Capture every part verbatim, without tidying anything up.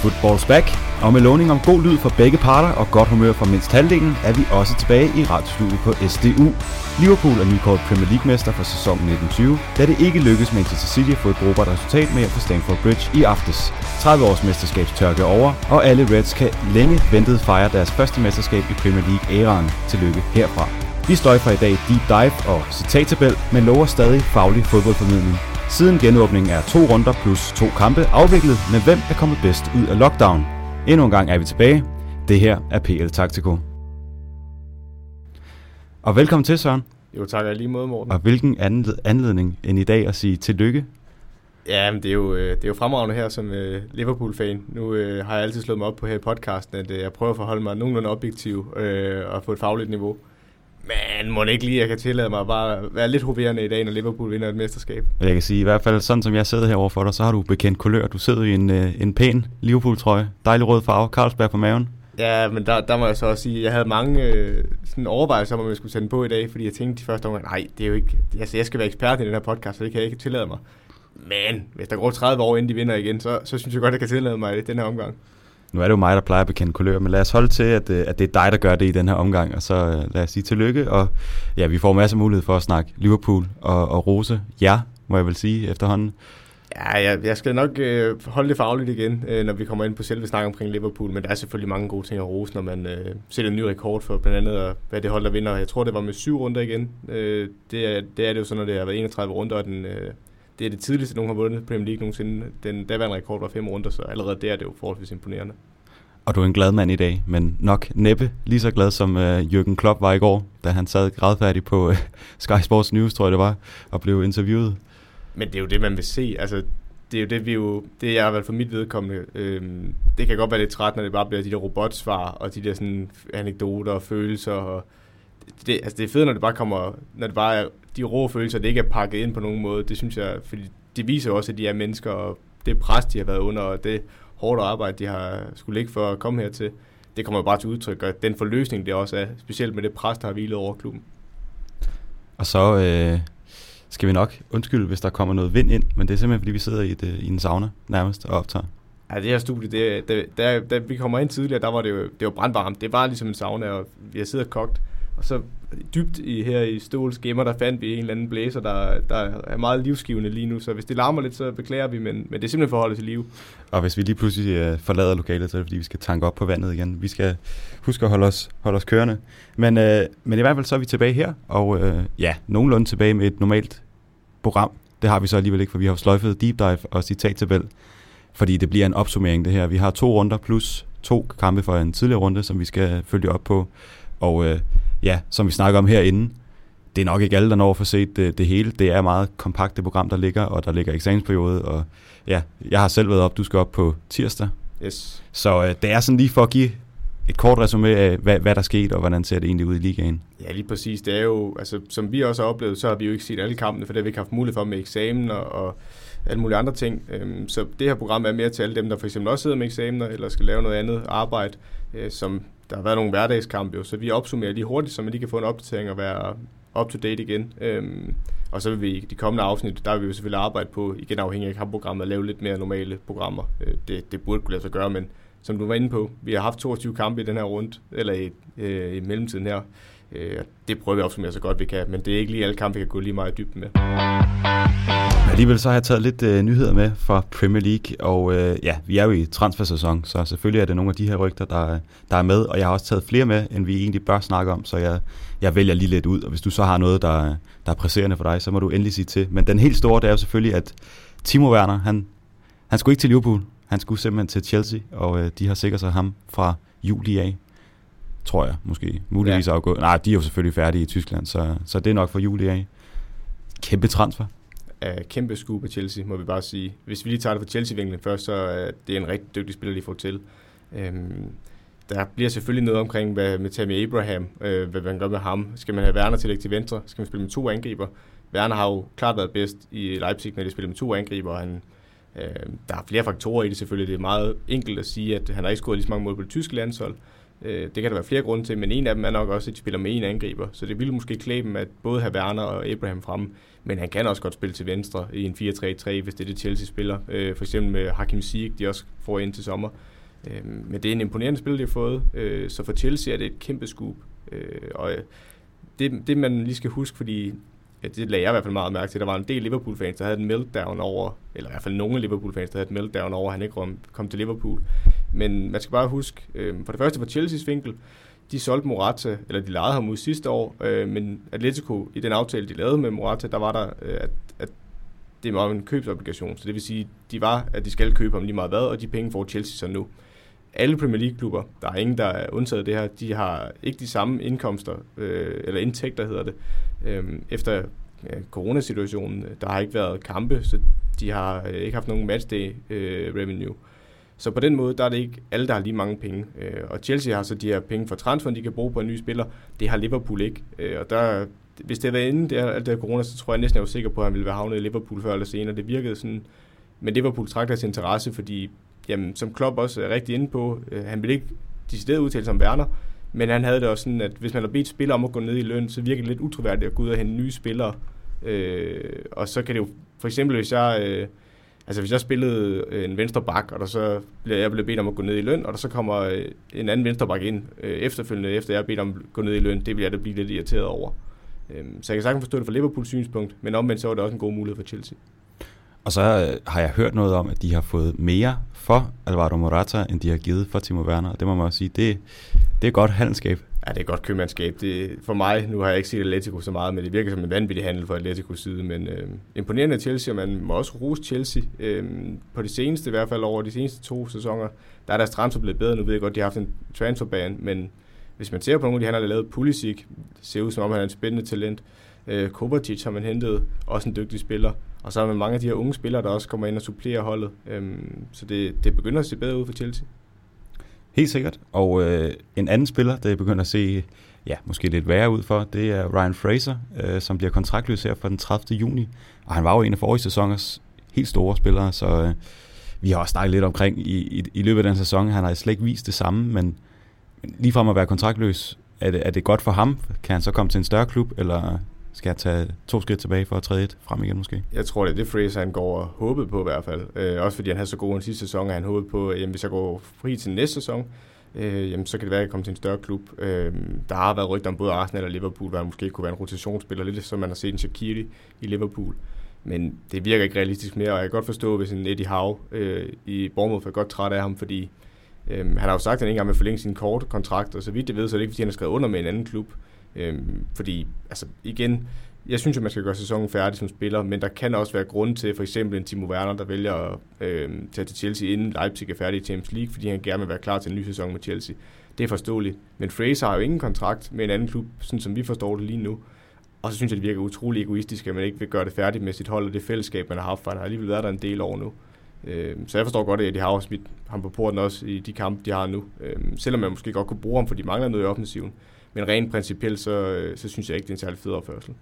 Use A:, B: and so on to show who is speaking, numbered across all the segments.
A: Football's back, og med lovning om god lyd for begge parter og godt humør for mindst halvdelen, er vi også tilbage i radiostudiet på S D U. Liverpool er nykåret Premier League-mester for sæsonen nitten tyve, da det ikke lykkedes Manchester City at få et brugbart resultat med på Stamford Bridge i aftes. tredive års mesterskabstørke over, og alle Reds kan længe ventet fejre deres første mesterskab i Premier League-æraen. Tillykke herfra. Vi sløjfer i dag deep dive og citattabel, men lover stadig faglig fodboldformidling. Siden genåbningen er to runder plus to kampe afviklet, men hvem er kommet bedst ud af lockdown? Endnu en gang er vi tilbage. Det her er P L Taktiko. Og velkommen til, Søren.
B: Jo, tak lige måde, Morten.
A: Og hvilken anledning end i dag at sige tillykke?
B: Ja, men det er jo, det er jo fremragende her som uh, Liverpool-fan. Nu uh, har jeg altid slået mig op på her i podcasten, at uh, jeg prøver at forholde mig nogenlunde objektiv uh, og få et fagligt niveau. Men må ikke lige, jeg kan tillade mig at bare være lidt hoverende i dag, når Liverpool vinder et mesterskab.
A: Jeg kan sige, i hvert fald sådan som jeg sidder herovre for dig, så har du bekendt kulør. Du sidder i en, en pæn Liverpool-trøje, dejlig rød farve, Carlsberg på maven.
B: Ja, men der, der må jeg så også sige, at jeg havde mange øh, sådan overvejelser om, at jeg skulle sende på i dag, fordi jeg tænkte de første omgang, nej, det er jo ikke, altså jeg skal være ekspert i den her podcast, så det kan jeg ikke tillade mig. Men hvis der går tredive år, inden de vinder igen, så, så synes jeg godt, at jeg kan tillade mig i den her omgang.
A: Nu er det jo mig, der plejer at bekende kulør, men lad os holde til, at, at det er dig, der gør det i den her omgang, og så lad os sige tillykke, og ja, vi får masser af mulighed for at snakke Liverpool og, og rose jer, må jeg vel sige, efterhånden.
B: Ja, jeg, jeg skal nok øh, holde det fagligt igen, øh, når vi kommer ind på selve snak omkring Liverpool, men der er selvfølgelig mange gode ting at rose, når man øh, sætter en ny rekord for blandt andet, og hvad det hold, der vinder. Jeg tror, det var med syv runder igen. Øh, det, er, det er det jo sådan, når det har været enogtredive runder, og den, øh, det er det tidligste, nogen har vundet Premier League nogensinde. Den daværende rekord var fem runder, så allerede der er det jo forholdsvis imponerende.
A: Og du er en glad mand i dag, men nok næppe lige så glad som øh, Jürgen Klopp var i går, da han sad gradfærdig på øh, Sky Sports News, tror jeg det var, og blev interviewet.
B: Men det er jo det, man vil se. Altså, det er jo det, vi jo, det er i hvert fald for mit vedkommende. Øhm, det kan godt være lidt træt, når det bare bliver de der robotsvar, og de der sådan anekdoter og følelser. Og det, altså det er fedt, når det bare kommer, når det bare er de rå følelser, det ikke er pakket ind på nogen måde. Det synes jeg, fordi det viser også, at de er mennesker, og det pres, de har været under, og det hårdt arbejde, de har skulle ligge for at komme hertil, det kommer bare til udtryk, og den forløsning, det også er, specielt med det pres, der har hvilet over klubben. Og
A: så øh, skal vi nok undskylde, hvis der kommer noget vind ind, men det er simpelthen, fordi vi sidder i, et, i en sauna nærmest og optager.
B: Ja, det her studie, det, det, da, da vi kommer ind tidligere, der var det jo, det var brandvarmt. Det var ligesom en sauna, og vi har siddet kogt. Og så dybt i, her i Ståls gemmer, der fandt vi en eller anden blæser, der, der er meget livsgivende lige nu. Så hvis det larmer lidt, så beklager vi, men, men det er simpelthen for at holde til liv.
A: Og hvis vi lige pludselig uh, forlader lokalet, så er det fordi, vi skal tanke op på vandet igen. Vi skal huske at holde os, holde os kørende. Men, uh, men i hvert fald så er vi tilbage her, og uh, ja, nogenlunde tilbage med et normalt program. Det har vi så alligevel ikke, for vi har sløjfet deep dive og citattabel, fordi det bliver en opsummering det her. Vi har to runder plus to kampe for en tidligere runde, som vi skal følge op på. Og uh, ja, som vi snakker om herinde, det er nok ikke alle, der når at få set det, det hele. Det er meget kompakt, det program, der ligger, og der ligger eksamensperiode. Og ja, jeg har selv været op, du skal op på tirsdag.
B: Yes.
A: Så uh, det er sådan lige for at give et kort resumé af, hvad, hvad der skete, og hvordan ser det egentlig ud i ligaen.
B: Ja, lige præcis. Det er jo, altså, som vi også har oplevet, så har vi jo ikke set alle kampene, for det har vi ikke haft mulighed for med eksamen og, og alle mulige andre ting. Øhm, så det her program er mere til alle dem, der for eksempel også sidder med eksamener, eller skal lave noget andet arbejde, øh, som der har været nogle hverdagskampe, jo, så vi opsummerer lige hurtigt, så man lige kan få en opdatering og være up to date igen. Øhm, og så vil vi i de kommende afsnit, der vil vi jo selvfølgelig arbejde på, igen afhængig af kampprogrammet, at lave lidt mere normale programmer. Øh, det, det burde kunne lade sig gøre, men som du var inde på, vi har haft toogtyve kampe i den her runde, eller i, øh, i mellemtiden her. Øh, det prøver vi at opsummere så godt vi kan, men det er ikke lige alle kampe, vi kan gå lige meget i dybden med.
A: Men alligevel så har jeg taget lidt øh, nyheder med fra Premier League, og øh, ja, vi er jo i transfersæson, så selvfølgelig er det nogle af de her rygter, der, der er med, og jeg har også taget flere med, end vi egentlig bør snakke om, så jeg, jeg vælger lige lidt ud, og hvis du så har noget, der, der er presserende for dig, så må du endelig sige til. Men den helt store, det er jo selvfølgelig, at Timo Werner, han, han skulle ikke til Liverpool, han skulle simpelthen til Chelsea, og øh, de har sikret sig ham fra juli af, tror jeg måske. Muligvis ja. afgået. Nej, de er jo selvfølgelig færdige i Tyskland, så, så det er nok fra juli af. Kæmpe transfer.
B: Uh, kæmpe skue på Chelsea, må vi bare sige. Hvis vi lige tager det fra Chelsea-vinklen først, så er uh, det en rigtig dygtig spiller, de får til. Um, der bliver selvfølgelig noget omkring hvad, med Tammy Abraham, uh, hvad man gør med ham. Skal man have Werner til at lægge til venstre? Skal man spille med to angriber? Werner har jo klart været bedst i Leipzig, når de spiller med to angriber. Han, uh, der er flere faktorer i det selvfølgelig. Det er meget enkelt at sige, at han har ikke scoret lige så mange mål på det tyske landshold. Øh, det kan der være flere grunde til, men en af dem er nok også, at de spiller med en angriber. Så det ville måske klæde dem at både have Werner og Abraham fremme, men han kan også godt spille til venstre i en fire tre tre, hvis det er det Chelsea spiller. Øh, for eksempel med Hakim Ziyech, de også får ind til sommer. Øh, men det er en imponerende spil, de har fået. Øh, så for Chelsea er det et kæmpe scoop. Øh, og det, det man lige skal huske, fordi ja, det lagde jeg i hvert fald meget mærke til. Der var en del Liverpool-fans, der havde en meltdown over, eller i hvert fald nogle Liverpool-fans, der havde en meltdown over, at han ikke kom, kom til Liverpool. Men man skal bare huske, øh, for det første var Chelseas vinkel, de solgte Morata, eller de lejede ham ud sidste år, øh, men Atletico, i den aftale, de lavede med Morata, der var der, øh, at, at det var en købsobligation. Så det vil sige, de var, at de skal købe ham lige meget hvad, og de penge får Chelsea så nu. Alle Premier League-klubber, der er ingen, der er undtaget det her, de har ikke de samme indkomster, øh, eller indtægter hedder det, øh, efter ja, coronasituationen. Der har ikke været kampe, så de har øh, ikke haft nogen matchday øh, revenue. Så på den måde, der er det ikke alle, der har lige mange penge. Øh, og Chelsea har så de her penge for transferen, de kan bruge på en ny spiller. Det har Liverpool ikke. Øh, og der, hvis det havde været inden det her, alt det her corona, så tror jeg næsten, jeg var sikker på, at han ville være havnet i Liverpool før eller senere. Det virkede sådan, men Liverpool trak deres interesse, fordi jamen, som Klopp også er rigtig inde på, øh, han ville ikke decideret udtale sig om Werner, men han havde det også sådan, at hvis man har bedt spillere om at gå ned i løn, så virker det lidt utroværdigt at gå ud og hente nye spillere. Øh, og så kan det jo, for eksempel hvis jeg, øh, altså hvis jeg spillede en venstre bak, og der så bliver jeg blevet bedt om at gå ned i løn, og der så kommer øh, en anden venstre bak ind øh, efterfølgende, efter jeg er bedt om at gå ned i løn, det bliver jeg da blive lidt irriteret over. Øh, så jeg kan sagtens forstå det fra Liverpools synspunkt, men omvendt så var det også en god mulighed for Chelsea.
A: Og så øh, har jeg hørt noget om, at de har fået mere for Alvaro Morata, end de har givet for Timo Werner. Det må man også sige, det, det er godt handelsskab.
B: Ja, det er godt købmandskab. Det, for mig, nu har jeg ikke set Atletico så meget, men det virker som en vanvittig handel for Atleticos side. Men øh, imponerende Chelsea, og man må også rose Chelsea. Øh, på de seneste, i hvert fald over de seneste to sæsoner, der er deres transfer blevet bedre. Nu ved jeg godt, de har haft en transferban, men hvis man ser på nogle af de handler, der lavet, Pulisic, det ser ud som om, han er en spændende talent. Øh, Kovacic har man hentet, også en dygtig spiller. Og så er man mange af de her unge spillere, der også kommer ind og supplerer holdet. Øhm, så det, det begynder at se bedre ud for Chelsea.
A: Helt sikkert. Og øh, en anden spiller, der begynder at se ja, måske lidt værre ud for, det er Ryan Fraser, øh, som bliver kontraktløs her for den tredivte juni. Og han var jo en af forrige sæsoners helt store spillere, så øh, vi har også snakket lidt omkring i, i, i løbet af den sæson. Han har slet ikke vist det samme, men, men lige fra at være kontaktløs, er det, er det godt for ham? Kan han så komme til en større klub, eller skal jeg tage to skridt tilbage for at træde et frem igen måske?
B: Jeg tror, det er det Fraser, han går og håbede på i hvert fald. Øh, også fordi han havde så god en sidste sæson, at han håbede på, at jamen, hvis jeg går fri til næste sæson, øh, jamen, så kan det være, at jeg kommer til en større klub. Øh, der har været rygter om både Arsenal og Liverpool, hvor han måske kunne være en rotationsspiller, lidt som man har set en Shaqiri i Liverpool. Men det virker ikke realistisk mere, og jeg kan godt forstå, hvis en Eddie Howe øh, i Bournemouth er godt træt af ham, fordi øh, han har jo sagt, at han ikke engang vil forlænge sin korte kontrakt, og så vidt jeg ved, så er det ikke, fordi han har skrevet under med en anden klub. Øh, fordi, altså igen, jeg synes jo, man skal gøre sæsonen færdig som spiller, men der kan også være grund til, for eksempel en Timo Werner, der vælger at øh, tage til Chelsea, inden Leipzig er færdig i Champions League, fordi han gerne vil være klar til en ny sæson med Chelsea. Det er forståeligt. Men Fraser har jo ingen kontrakt med en anden klub, sådan som vi forstår det lige nu. Og så synes jeg, det virker utrolig egoistisk, at man ikke vil gøre det færdigt med sit hold og det fællesskab, man har haft, for han har alligevel været der en del år nu. Øh, så jeg forstår godt, at de har også smidt ham på porten også i de kampe, de har nu. Øh, selvom man måske godt kunne bruge ham, for de mangler noget i offensiven. Men rent principielt, så, så synes jeg ikke, det er en særlig fed opførsel.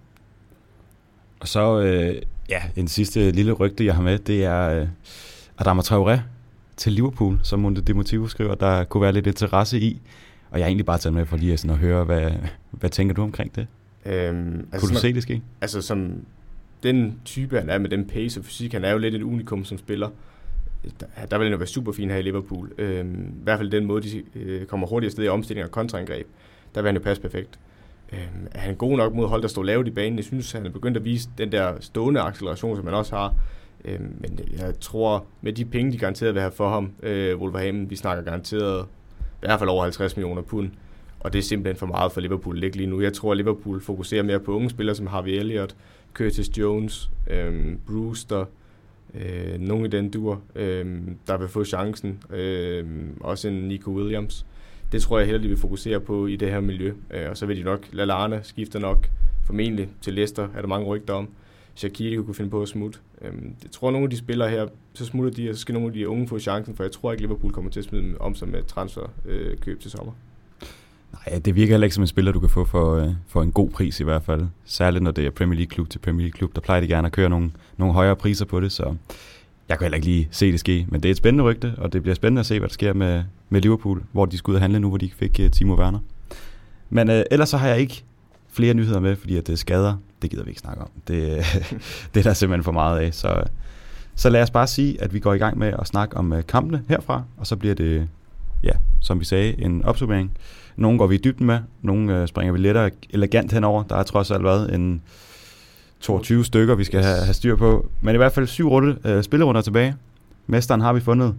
A: Og så, øh, ja, en sidste lille rygte, jeg har med, det er øh, Adama Traoré til Liverpool, som Mundo Deportivo skriver, der kunne være lidt interesse i. Og jeg har egentlig bare taget med for lige sådan at høre, hvad, hvad tænker du omkring det? Øhm, altså kunne du se det ske?
B: Altså som den type, han er med den pace og fysik, han er jo lidt et unikum som spiller. Der, der vil han jo være super fin her i Liverpool. Øhm, I hvert fald den måde, de øh, kommer hurtigere sted i omstilling og kontraangreb. Der vil han jo passe perfekt. Øhm, er han god nok mod hold, der står lavt i banen? Jeg synes, han er begyndt at vise den der stående acceleration, som han også har. Øhm, men jeg tror, med de penge, de garanteret vil have for ham, øh, Wolverhampton, vi snakker garanteret i hvert fald over halvtreds millioner pund. Og det er simpelthen for meget for Liverpool ligge lige nu. Jeg tror, at Liverpool fokuserer mere på unge spillere som Harvey Elliott, Curtis Jones, øhm, Brewster, øh, nogle af den dur, øh, der vil få chancen. Øh, også en Nico Williams. Det tror jeg heller, de vil fokusere på i det her miljø. Øh, og så vil de nok, Lallana skifter nok formentlig til Leicester, er der mange rygter om. Shaqiri kunne finde på at smutte. Øh, jeg tror, at nogle af de spillere her, så smutter de, og så skal nogle af de unge få chancen, for jeg tror ikke, Liverpool kommer til at smide dem om sig med transferkøb øh, til sommer.
A: Nej, det virker heller ikke som en spiller, du kan få for, for en god pris i hvert fald. Særligt når det er Premier League klub til Premier League klub, der plejer de gerne at køre nogle, nogle højere priser på det, så Jeg kan heller ikke lige se det ske, men det er et spændende rygte, og det bliver spændende at se, hvad der sker med, med Liverpool, hvor de skal ud og handle nu, hvor de fik uh, Timo Werner. Men uh, ellers så har jeg ikke flere nyheder med, fordi at det er skader. Det gider vi ikke snakke om. Det, det er der simpelthen for meget af. Så, så lad os bare sige, at vi går i gang med at snakke om uh, kampene herfra, og så bliver det, ja, som vi sagde, en opsummering. Nogle går vi i dybden med, nogle uh, springer vi lettere elegant henover. Der er trods alt været en toogtyve stykker, vi skal have, have styr på. Men i hvert fald syv runde, øh, spillerunder tilbage. Mesteren har vi fundet.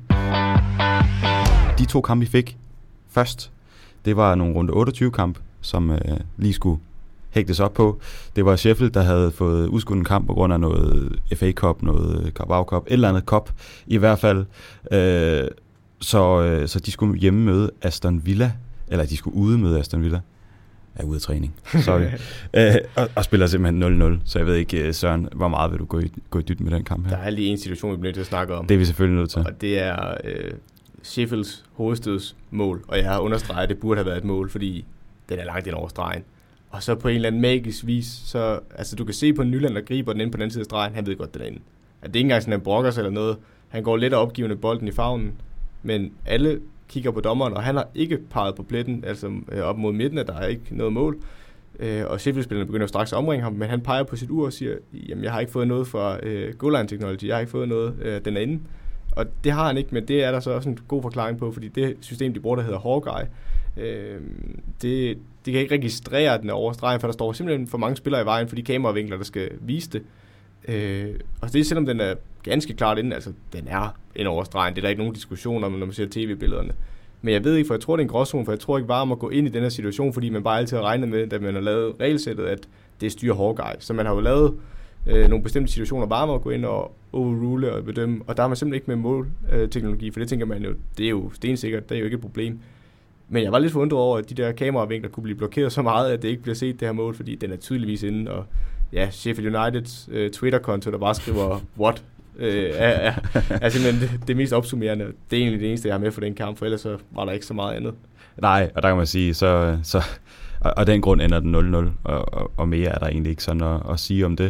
A: De to kampe, vi fik først, det var nogle runde otteogtyve kamp, som øh, lige skulle hægtes op på. Det var Sheffield, der havde fået udskudt en kamp på grund af noget F A Cup, noget Carabao Cup, et eller andet cup i hvert fald. Øh, så, øh, så de skulle hjemme møde Aston Villa, eller de skulle ude møde Aston Villa. Er ude af træning, sorry. Æ, og, og spiller simpelthen nul nul, så jeg ved ikke, Søren, hvor meget vil du gå i, gå i dybden med den kamp her?
B: Der er lige en situation, vi bliver nødt til at snakke om.
A: Det er vi selvfølgelig nødt til.
B: Og det er øh, Sheffields hovedstøds mål, og jeg har understreget, at det burde have været et mål, fordi den er langt ind over stregen. Og så på en eller anden magisk vis, så altså, du kan se på Nyland, der griber den ind på den anden side af stregen, han ved godt, den er inde. At det er ikke engang sådan, at han brokker sig eller noget. Han går lidt og opgivende bolden i favnen, men alle kigger på dommeren, og han har ikke peget på pletten, altså øh, op mod midten, at der er ikke noget mål. Øh, og Sheffield-spillerne begynder straks at omringe ham, men han peger på sit ur og siger, jamen jeg har ikke fået noget fra øh, goal line technology, jeg har ikke fået noget, øh, den er inde. Og det har han ikke, men det er der så også en god forklaring på, fordi det system, de bruger, der hedder Hawkeye, øh, det, det kan ikke registrere den over stregen, for der står simpelthen for mange spillere i vejen for de kameravinkler, der skal vise det. Øh, og det er selvom den er ganske klart inde, altså den er ind over stregen, det er der ikke nogen diskussion om, når man ser tv-billederne. Men jeg ved ikke, for jeg tror, det er en gråzone, for jeg tror ikke bare om at gå ind i den her situation, fordi man bare altid har regnet med, da man har lavet regelsættet, at det styrer Hawkeye. Så man har jo lavet øh, nogle bestemte situationer bare med at gå ind og overrule og bedømme, og der er man simpelthen ikke med målteknologi, for det tænker man jo, det er jo stensikkert, det er jo ikke et problem. Men jeg var lidt forundret over, at de der kameravinkler kunne blive blokeret så meget, at det ikke bliver set det her mål, fordi den er tydeligvis inde, og ja, Sheffield Uniteds øh, Twitter-konto, der bare skriver, what? Øh, er, er, er simpelthen det, det mest opsummerende. Det er egentlig det eneste, jeg har med for den kamp, for ellers så var der ikke så meget andet.
A: Nej, og der kan man sige, så, så og, og den grund ender den nul nul, og, og, og mere er der egentlig ikke sådan at, at sige om det.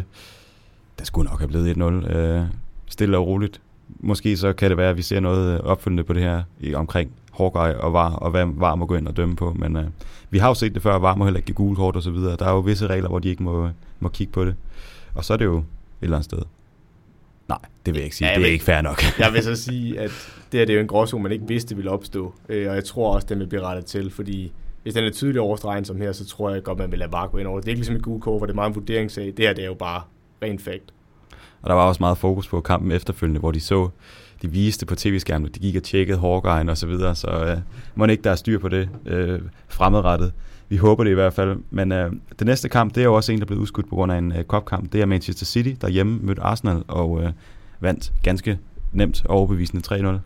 A: Der skulle nok have blevet et nul, øh, stille og roligt. Måske så kan det være, at vi ser noget opfølgende på det her i, omkring Hawkeye og V A R, og hvad V A R må gå ind og dømme på, men øh, vi har jo set det før, at V A R må heller ikke give gule kort og så videre. Der er jo visse regler, hvor de ikke må, må kigge på det. Og så er det jo et eller andet sted. Nej, det vil jeg ikke sige. Ja, det er ikke fair nok.
B: Jeg vil så sige, at det her det er jo en gråzone, man ikke vidste ville opstå. Øh, og jeg tror også, den vil blive rettet til, fordi hvis den er tydelig over stregen som her, så tror jeg godt, man vil lade V A R gå ind over det. Det er ikke ligesom et gule kort, hvor det er meget en vurderingssag. Det her det er jo bare rent fact.
A: Og der var også meget fokus på kampen efterfølgende, hvor de så, de viste på tv-skærmen, de gik og tjekkede Hawkeye og så videre, så øh, må ikke der er styr på det øh, fremadrettet. Vi håber det i hvert fald, men øh, det næste kamp, det er jo også en, der blev udskudt på grund af en øh, cup-kamp. Det er Manchester City, der hjemme mødte Arsenal og øh, vandt ganske nemt og overbevisende tre nul.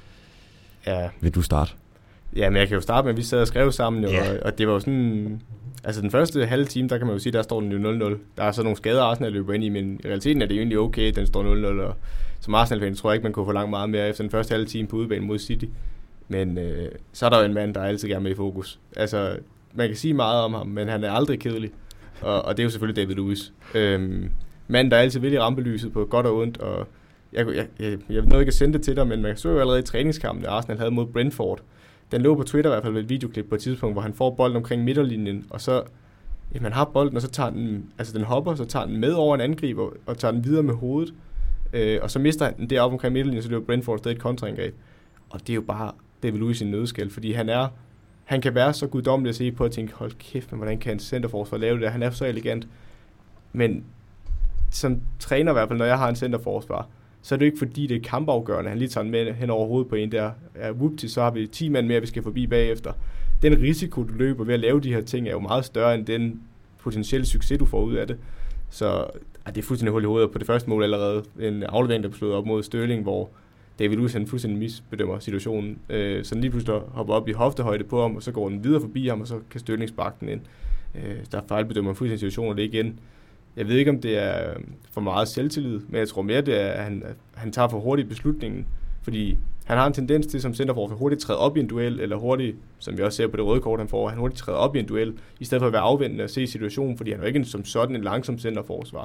B: Ja.
A: Vil du starte?
B: Ja, men jeg kan jo starte med, at vi sad og skrev sammen, jo,
A: yeah.
B: og, og det var jo sådan... Altså den første halve time, der kan man jo sige, der står den jo nul nul. Der er så nogle skader, Arsenal løber ind i, men i realiteten er det jo egentlig okay, den står nul nul, og som Arsenal-fan tror jeg ikke, man kunne få langt meget mere efter den første halve time på udebane mod City. Men øh, så er der jo en mand, der er altid gerne med i fokus. Altså, man kan sige meget om ham, men han er aldrig kedelig, og, og det er jo selvfølgelig David Luiz. Øhm, manden, der er altid vil i rampelyset på godt og ondt, og jeg, jeg, jeg, jeg ved ikke at sende det til dig, men man så jo allerede i træningskampen, at Arsenal havde mod Brentford. Den lå på Twitter i hvert fald med et videoklip på et tidspunkt, hvor han får bolden omkring midterlinjen, og så, ja, man har bolden, og så tager den, altså den hopper, så tager den med over en angriber, og tager den videre med hovedet, øh, og så mister han den deroppe omkring midterlinjen, så det er Brentford stadig et kontraangreb. Og det er jo bare David Luiz i en nødskal, fordi han er, han kan være så guddommelig at se på at tænke, hold kæft, men hvordan kan en centerforsvar lave det? Han er så elegant. Men som træner i hvert fald, når jeg har en centerforsvar, så er det ikke fordi, det er kampafgørende. Han lige tager den med hen over hovedet på en der. Ja, whoopty, så har vi ti mand mere, vi skal forbi bagefter. Den risiko, du løber ved at lave de her ting, er jo meget større end den potentielle succes, du får ud af det. Så ja, det er fuldstændig hul i hovedet på det første mål allerede. En aflevering, der blev slået op mod Sterling, hvor David Luiz han fuldstændig misbedømmer situationen. Øh, så den lige pludselig hopper op i hoftehøjde på ham, og så går den videre forbi ham, og så kan Sterling sparke den ind. Øh, der fejlbedømmer fuldstændig situationen, og det igen. Jeg ved ikke, om det er for meget selvtillid, men jeg tror mere, det er, at han, han tager for hurtigt beslutningen. Fordi han har en tendens til som centerforsvar hurtigt træde op i en duel, eller hurtigt, som vi også ser på det røde kort, han får, han hurtigt træder op i en duel, i stedet for at være afventende og se situationen, fordi han er jo ikke en, som sådan en langsom centerforsvar.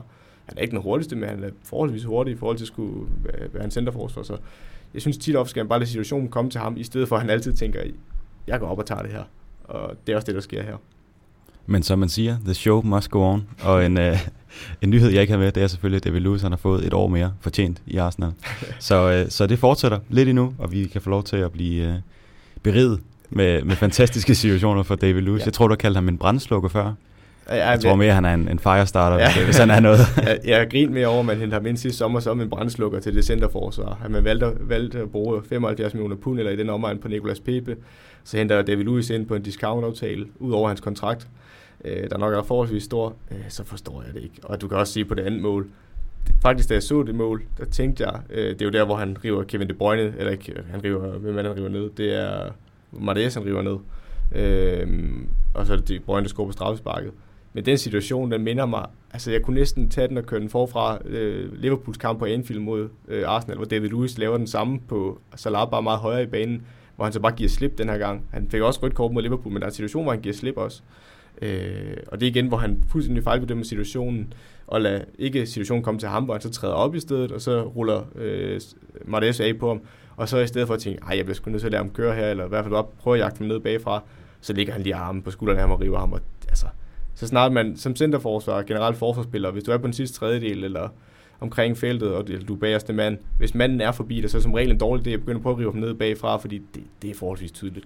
B: han er ikke den hurtigste, men han er forholdsvis hurtig i forhold til at skulle være en centerforsvar. Så jeg synes tit ofte skal han bare lade situationen komme til ham, i stedet for at han altid tænker, jeg går op og tager det her. Og det er også det, der sker her.
A: Men som man siger, the show must go on. Og en, øh, en nyhed, jeg ikke har med, det er selvfølgelig, at David Luiz han har fået et år mere fortjent i Arsenal. så, øh, så det fortsætter lidt endnu, og vi kan få lov til at blive øh, beriget med, med fantastiske situationer for David Luiz. Ja. Jeg tror, du har kaldt ham en brandslukker før. Ja, jeg, jeg tror mere, at han er en, en firestarter, ja. hvis han er noget.
B: jeg, jeg har grint mere over, at man hentede ham ind sidste sommer som en brandslukker til det centerforsvar. At man valgte, valgte at bruge femoghalvfjerds millioner pund eller i den omegn på Nicolas Pepe. Så henter David Luiz ind på en discount-aftale ud over hans kontrakt, øh, der nok er forholdsvis stor, øh, så forstår jeg det ikke. Og du kan også sige på det andet mål. Faktisk, da jeg så det mål, der tænkte jeg, øh, det er jo der, hvor han river Kevin De Bruyne, eller ikke, han river, hvem er han river ned? Det er Mahrez, han river ned. Øh, og så er det De Bruyne, der scorer på straffesparket. Men den situation, den minder mig, altså jeg kunne næsten tage den og køre den forfra øh, Liverpools kamp på Anfield mod øh, Arsenal, hvor David Luiz laver den samme på Salah, bare meget højere i banen, hvor han så bare giver slip den her gang. Han fik også rødt kort mod Liverpool, men der er en situation, hvor han giver slip også. Øh, og det er igen, hvor han fuldstændig fejlbedømmer situationen, og lader ikke situationen komme til ham, hvor han så træder op i stedet, og så ruller øh, Mahrez af på ham, og så i stedet for at tænke, ej, jeg bliver sgu nødt til at lade ham køre her, eller i hvert fald bare prøve at jagte ham ned bagfra, så ligger han lige armen på skulderen af ham og river ham, og altså, så snart man som centerforsvar, generelt forsvarsspiller, hvis du er på den sidste tredjedel, eller omkring feltet, og du er bagerste mand, hvis manden er forbi dig, så er som regel en dårlig idé at begynde at prøve at rive ham ned bagfra, fordi det, det er forholdsvis tydeligt.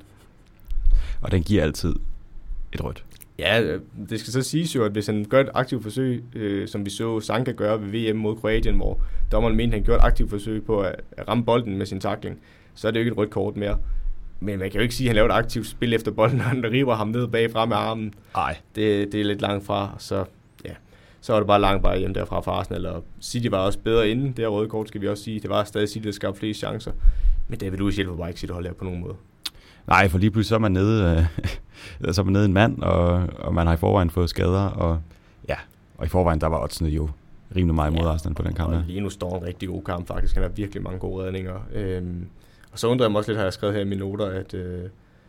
A: Og den giver altid et rødt.
B: Ja, det skal så siges jo, at hvis han gør et aktivt forsøg, øh, som vi så Sanka gøre ved V M mod Kroatien, hvor dommeren mente, at han gjorde et aktivt forsøg på at ramme bolden med sin tackling, så er det jo ikke et rødt kort mere. Men man kan jo ikke sige, at han laver et aktivt spil efter bolden, når han river ham ned bagfra med armen.
A: Nej.
B: Det, det er lidt langt fra, så ja, så er det bare langt bare hjem derfra fra Arsenal. Og City var også bedre inden det her røde kort, skal vi også sige. Det var stadig City, der skabte flest chancer. Men David Luiz hjælper bare ikke sit hold her på nogen måde.
A: Nej, for lige pludselig så er man nede, øh, så er man nede en mand, og, og man har i forvejen fået skader, og ja, og i forvejen der var oddsene jo rimelig meget imod ja, Arsenal på den kamp.
B: Og lige nu står en rigtig god kamp faktisk. Han har virkelig mange gode redninger. Øhm, og så undrer jeg mig også lidt, har jeg skrevet her i mine noter, at, øh,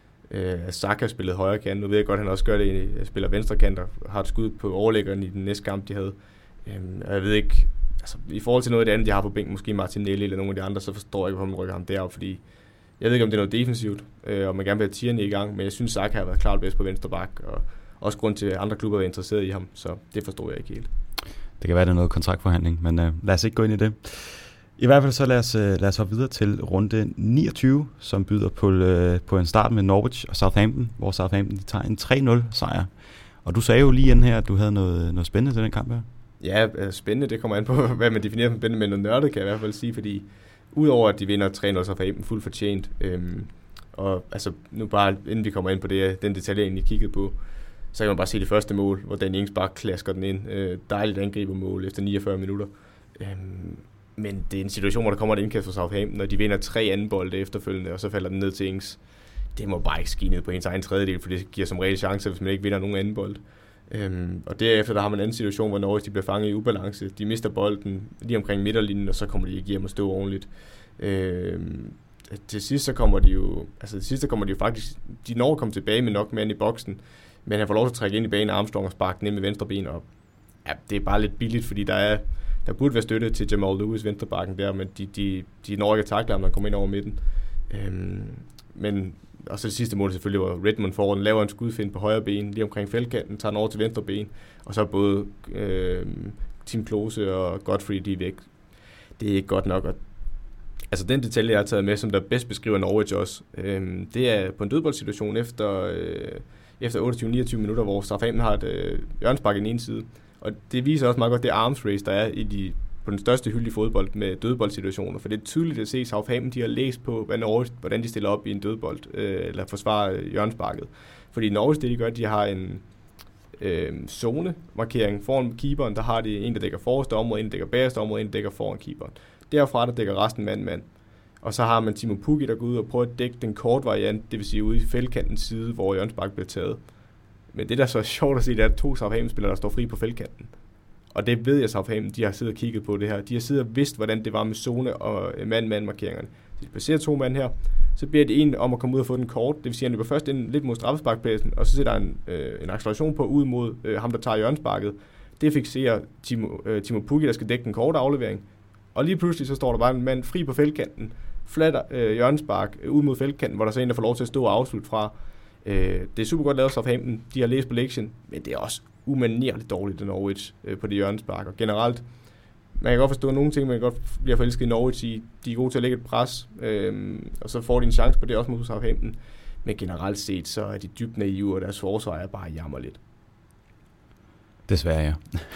B: at Saka spillede højre kant. Nu ved jeg godt, at han også gør det, at spiller venstre kant og har et skud på overlæggeren i den næste kamp, de havde. Øhm, og jeg ved ikke, altså i forhold til noget af det andet, de har på bænken, måske Martinelli eller nogle af de andre, så forstår jeg ikke, hvorfor man rykker ham derop, fordi jeg ved ikke, om det er noget defensivt, øh, og man gerne vil have Tierney i gang, men jeg synes, Saka har været klart bedst på venstre bak, og også grund til, at andre klubber er interesseret i ham, så det forstår jeg ikke helt.
A: Det kan være, det er noget kontraktforhandling, men øh, lad os ikke gå ind i det. I hvert fald så lad os, lad os hoppe videre til runde niogtyve, som byder på, øh, på en start med Norwich og Southampton, hvor Southampton de tager en tre nul sejr. Og du sagde jo lige inden her, at du havde noget, noget spændende til den kamp her.
B: Ja, spændende, det kommer an på, hvad man definerer som spændende, men noget nørdet kan jeg i hvert fald sige, fordi udover at de vinder tre nul, så er dem fuldt fortjent. Øhm, og altså, nu bare inden vi kommer ind på det, den detalje, jeg egentlig kiggede på, så kan man bare se det første mål, hvor Danny Ings bare klasker den ind. Øh, dejligt angribermål efter niogfyrre minutter. Øhm, men det er en situation, hvor der kommer et indkast fra Southampton, og de vinder tre anden bolde efterfølgende, og så falder den ned til Ings. Det må bare ikke ske ned på ens egen tredjedel, for det giver som regel chancer, hvis man ikke vinder nogen anden bold. Øhm, og derefter der har man en anden situation, hvor Norwich de bliver fanget i ubalance. De mister bolden lige omkring midterlinjen, og så kommer de ikke hjem og stå ordentligt. Øhm, til sidst så kommer de jo, altså til sidst så kommer de jo faktisk, de når at komme tilbage med nok mand i boksen, men han får lov til at trække ind i banen, Armstrong og sparke den ind med venstre ben op. Ja, det er bare lidt billigt, fordi der er, der burde være støtte til Jamal Lewis venstrebakken der, men de, de, de når ikke at takle ham, når han kommer ind over midten. Øhm, men og så det sidste mål selvfølgelig var Redmond foran, laver en skudfind på højre ben, lige omkring feltkanten, tager den over til venstre ben, og så både øh, Tim Klose og Godfrey, de er væk. Det er ikke godt nok. Og, altså den detalje, jeg har taget med, som der bedst beskriver Norwich også, øh, det er på en dødboldsituation efter, øh, efter otteogtyve niogtyve minutter, hvor Southampton har et øh, hjørnespark i den ene side. Og det viser også meget godt det arms race, der er i de på den største hylde i fodbold med dødboldsituationer, for det er tydeligt at se, at Southampton de har læst på, hvordan de stiller op i en dødbold, øh, eller forsvarer hjørnesparket. Fordi Norwich, det de gør, de har en øh, zone-markering foran keeperen, der har de en, der dækker forreste område, en, der dækker bagerste område, en, der dækker foran keeperen. Derfra, der dækker resten mand-mand. Og så har man Timo Pukki, der går ud og prøver at dække den kort variant, det vil sige ude i feltkantens side, hvor hjørnesparket bliver taget. Men det, der så er sjovt at se, det er to Southampton-spillere, der står fri på feltkanten. Og det ved jeg, Southampton, de har siddet og kigget på det her. De har siddet og vidst, hvordan det var med zone- og mand-mand-markeringerne. De placerer to mand her, så beder de en om at komme ud og få den kort. Det vil sige, at han løber først ind lidt mod straffesparkpladsen, og så sætter han øh, en acceleration på ud mod øh, ham, der tager hjørnesparket. det fikserer Timo, øh, Timo Pukki, der skal dække den korte aflevering. Og lige pludselig så står der bare en mand fri på feltkanten, flatter øh, hjørnespark øh, ud mod feltkanten, hvor der så en, der får lov til at stå og afslutte fra. Øh, det er super godt lavet af Southampton. De har læst på lektien, men det er også umanerligt dårligt, den Norwich øh, på det hjørnespark. Og generelt, man kan godt forstå nogle ting, man kan godt blive forelsket i Norwich i. De er gode til at lægge et pres, øh, og så får de en chance på det også mod Southampton. Men generelt set, så er de dybt naive, og deres forsvar er bare jammerligt.
A: Desværre, ja.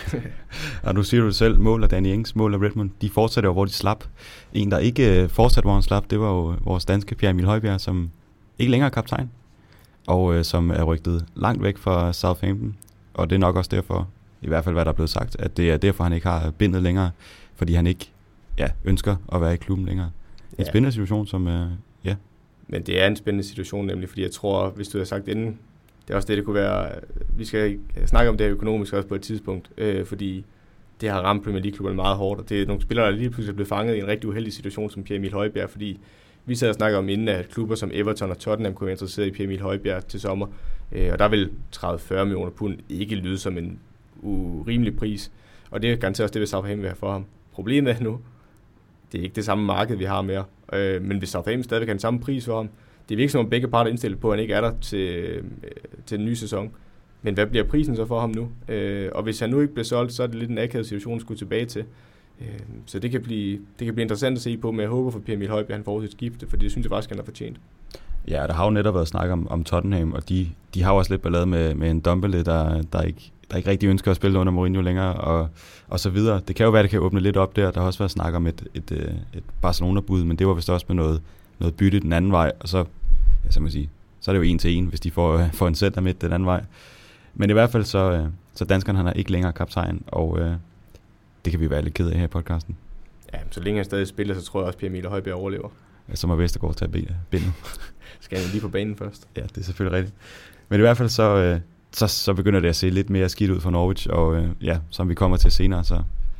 A: Og nu siger du det selv, mål af Danny Ings, mål af Redmond, de fortsætter jo, hvor de slap. En, der ikke fortsatte, hvor han slap, det var jo vores danske Pierre Emil Højbjerg, som ikke længere er kaptajn, og øh, som er rygtet langt væk fra Southampton. Og det er nok også derfor, i hvert fald hvad der er blevet sagt, at det er derfor, han ikke har bindet længere, fordi han ikke ja, ønsker at være i klubben længere. En ja. spændende situation, som øh, ja.
B: Men det er en spændende situation, nemlig fordi jeg tror, hvis du havde sagt inden, det er også det, det kunne være, vi skal snakke om det her økonomisk også på et tidspunkt, øh, fordi det har ramt Premier League-klubberne meget hårdt, og det er nogle spillere, der lige pludselig er blevet fanget i en rigtig uheldig situation som Pierre Emil Højbjerg, fordi vi sad og snakkede om inden, at klubber som Everton og Tottenham kunne være interesseret i Pierre Emil Højbjerg til sommer, øh, og der vil tredive til fyrre millioner pund ikke lyde som en urimelig pris, og det er garanteret også det, vi Southampton vil have for ham. Problemet er nu, det er ikke det samme marked, vi har mere, øh, men hvis Southampton stadigvæk har den samme pris for ham, det virker som om begge parter er indstillet på, at han ikke er der til, til den nye sæson. Men hvad bliver prisen så for ham nu? Øh, og hvis han nu ikke bliver solgt, så er det lidt en akavet situation at skulle tilbage til. Øh, så det kan, blive, det kan blive interessant at se på, men jeg håber for Pierre Emil Højbjerg, han får sit skifte, for det synes jeg faktisk, han har fortjent.
A: Ja, der har jo netop været snak om, om Tottenham, og de, de har jo også lidt ballade med, med en Dombele, der, der, ikke, der ikke rigtig ønsker at spille under Mourinho længere, og, og så videre. Det kan jo være, det kan åbne lidt op der. Der har også været snak om et, et, et, et Barcelona-bud, men det var vist også med noget, noget bytte den anden vej, og så ja, så, må sige, så er det jo en til en, hvis de får, får en center midt den anden vej. Men i hvert fald så, så danskeren han er ikke længere kaptajn, og øh, det kan vi være lidt ked af her i podcasten.
B: Ja, så længe han stadig spiller, så tror jeg også, Pierre Emil Højbjerg overlever.
A: Ja, så må Vestergaard tage bindet.
B: Skal han lige på banen først?
A: Ja, det er selvfølgelig rigtigt. Men i hvert fald så, øh, så, så begynder det at se lidt mere skidt ud for Norwich, og øh, ja, som vi kommer til senere, så,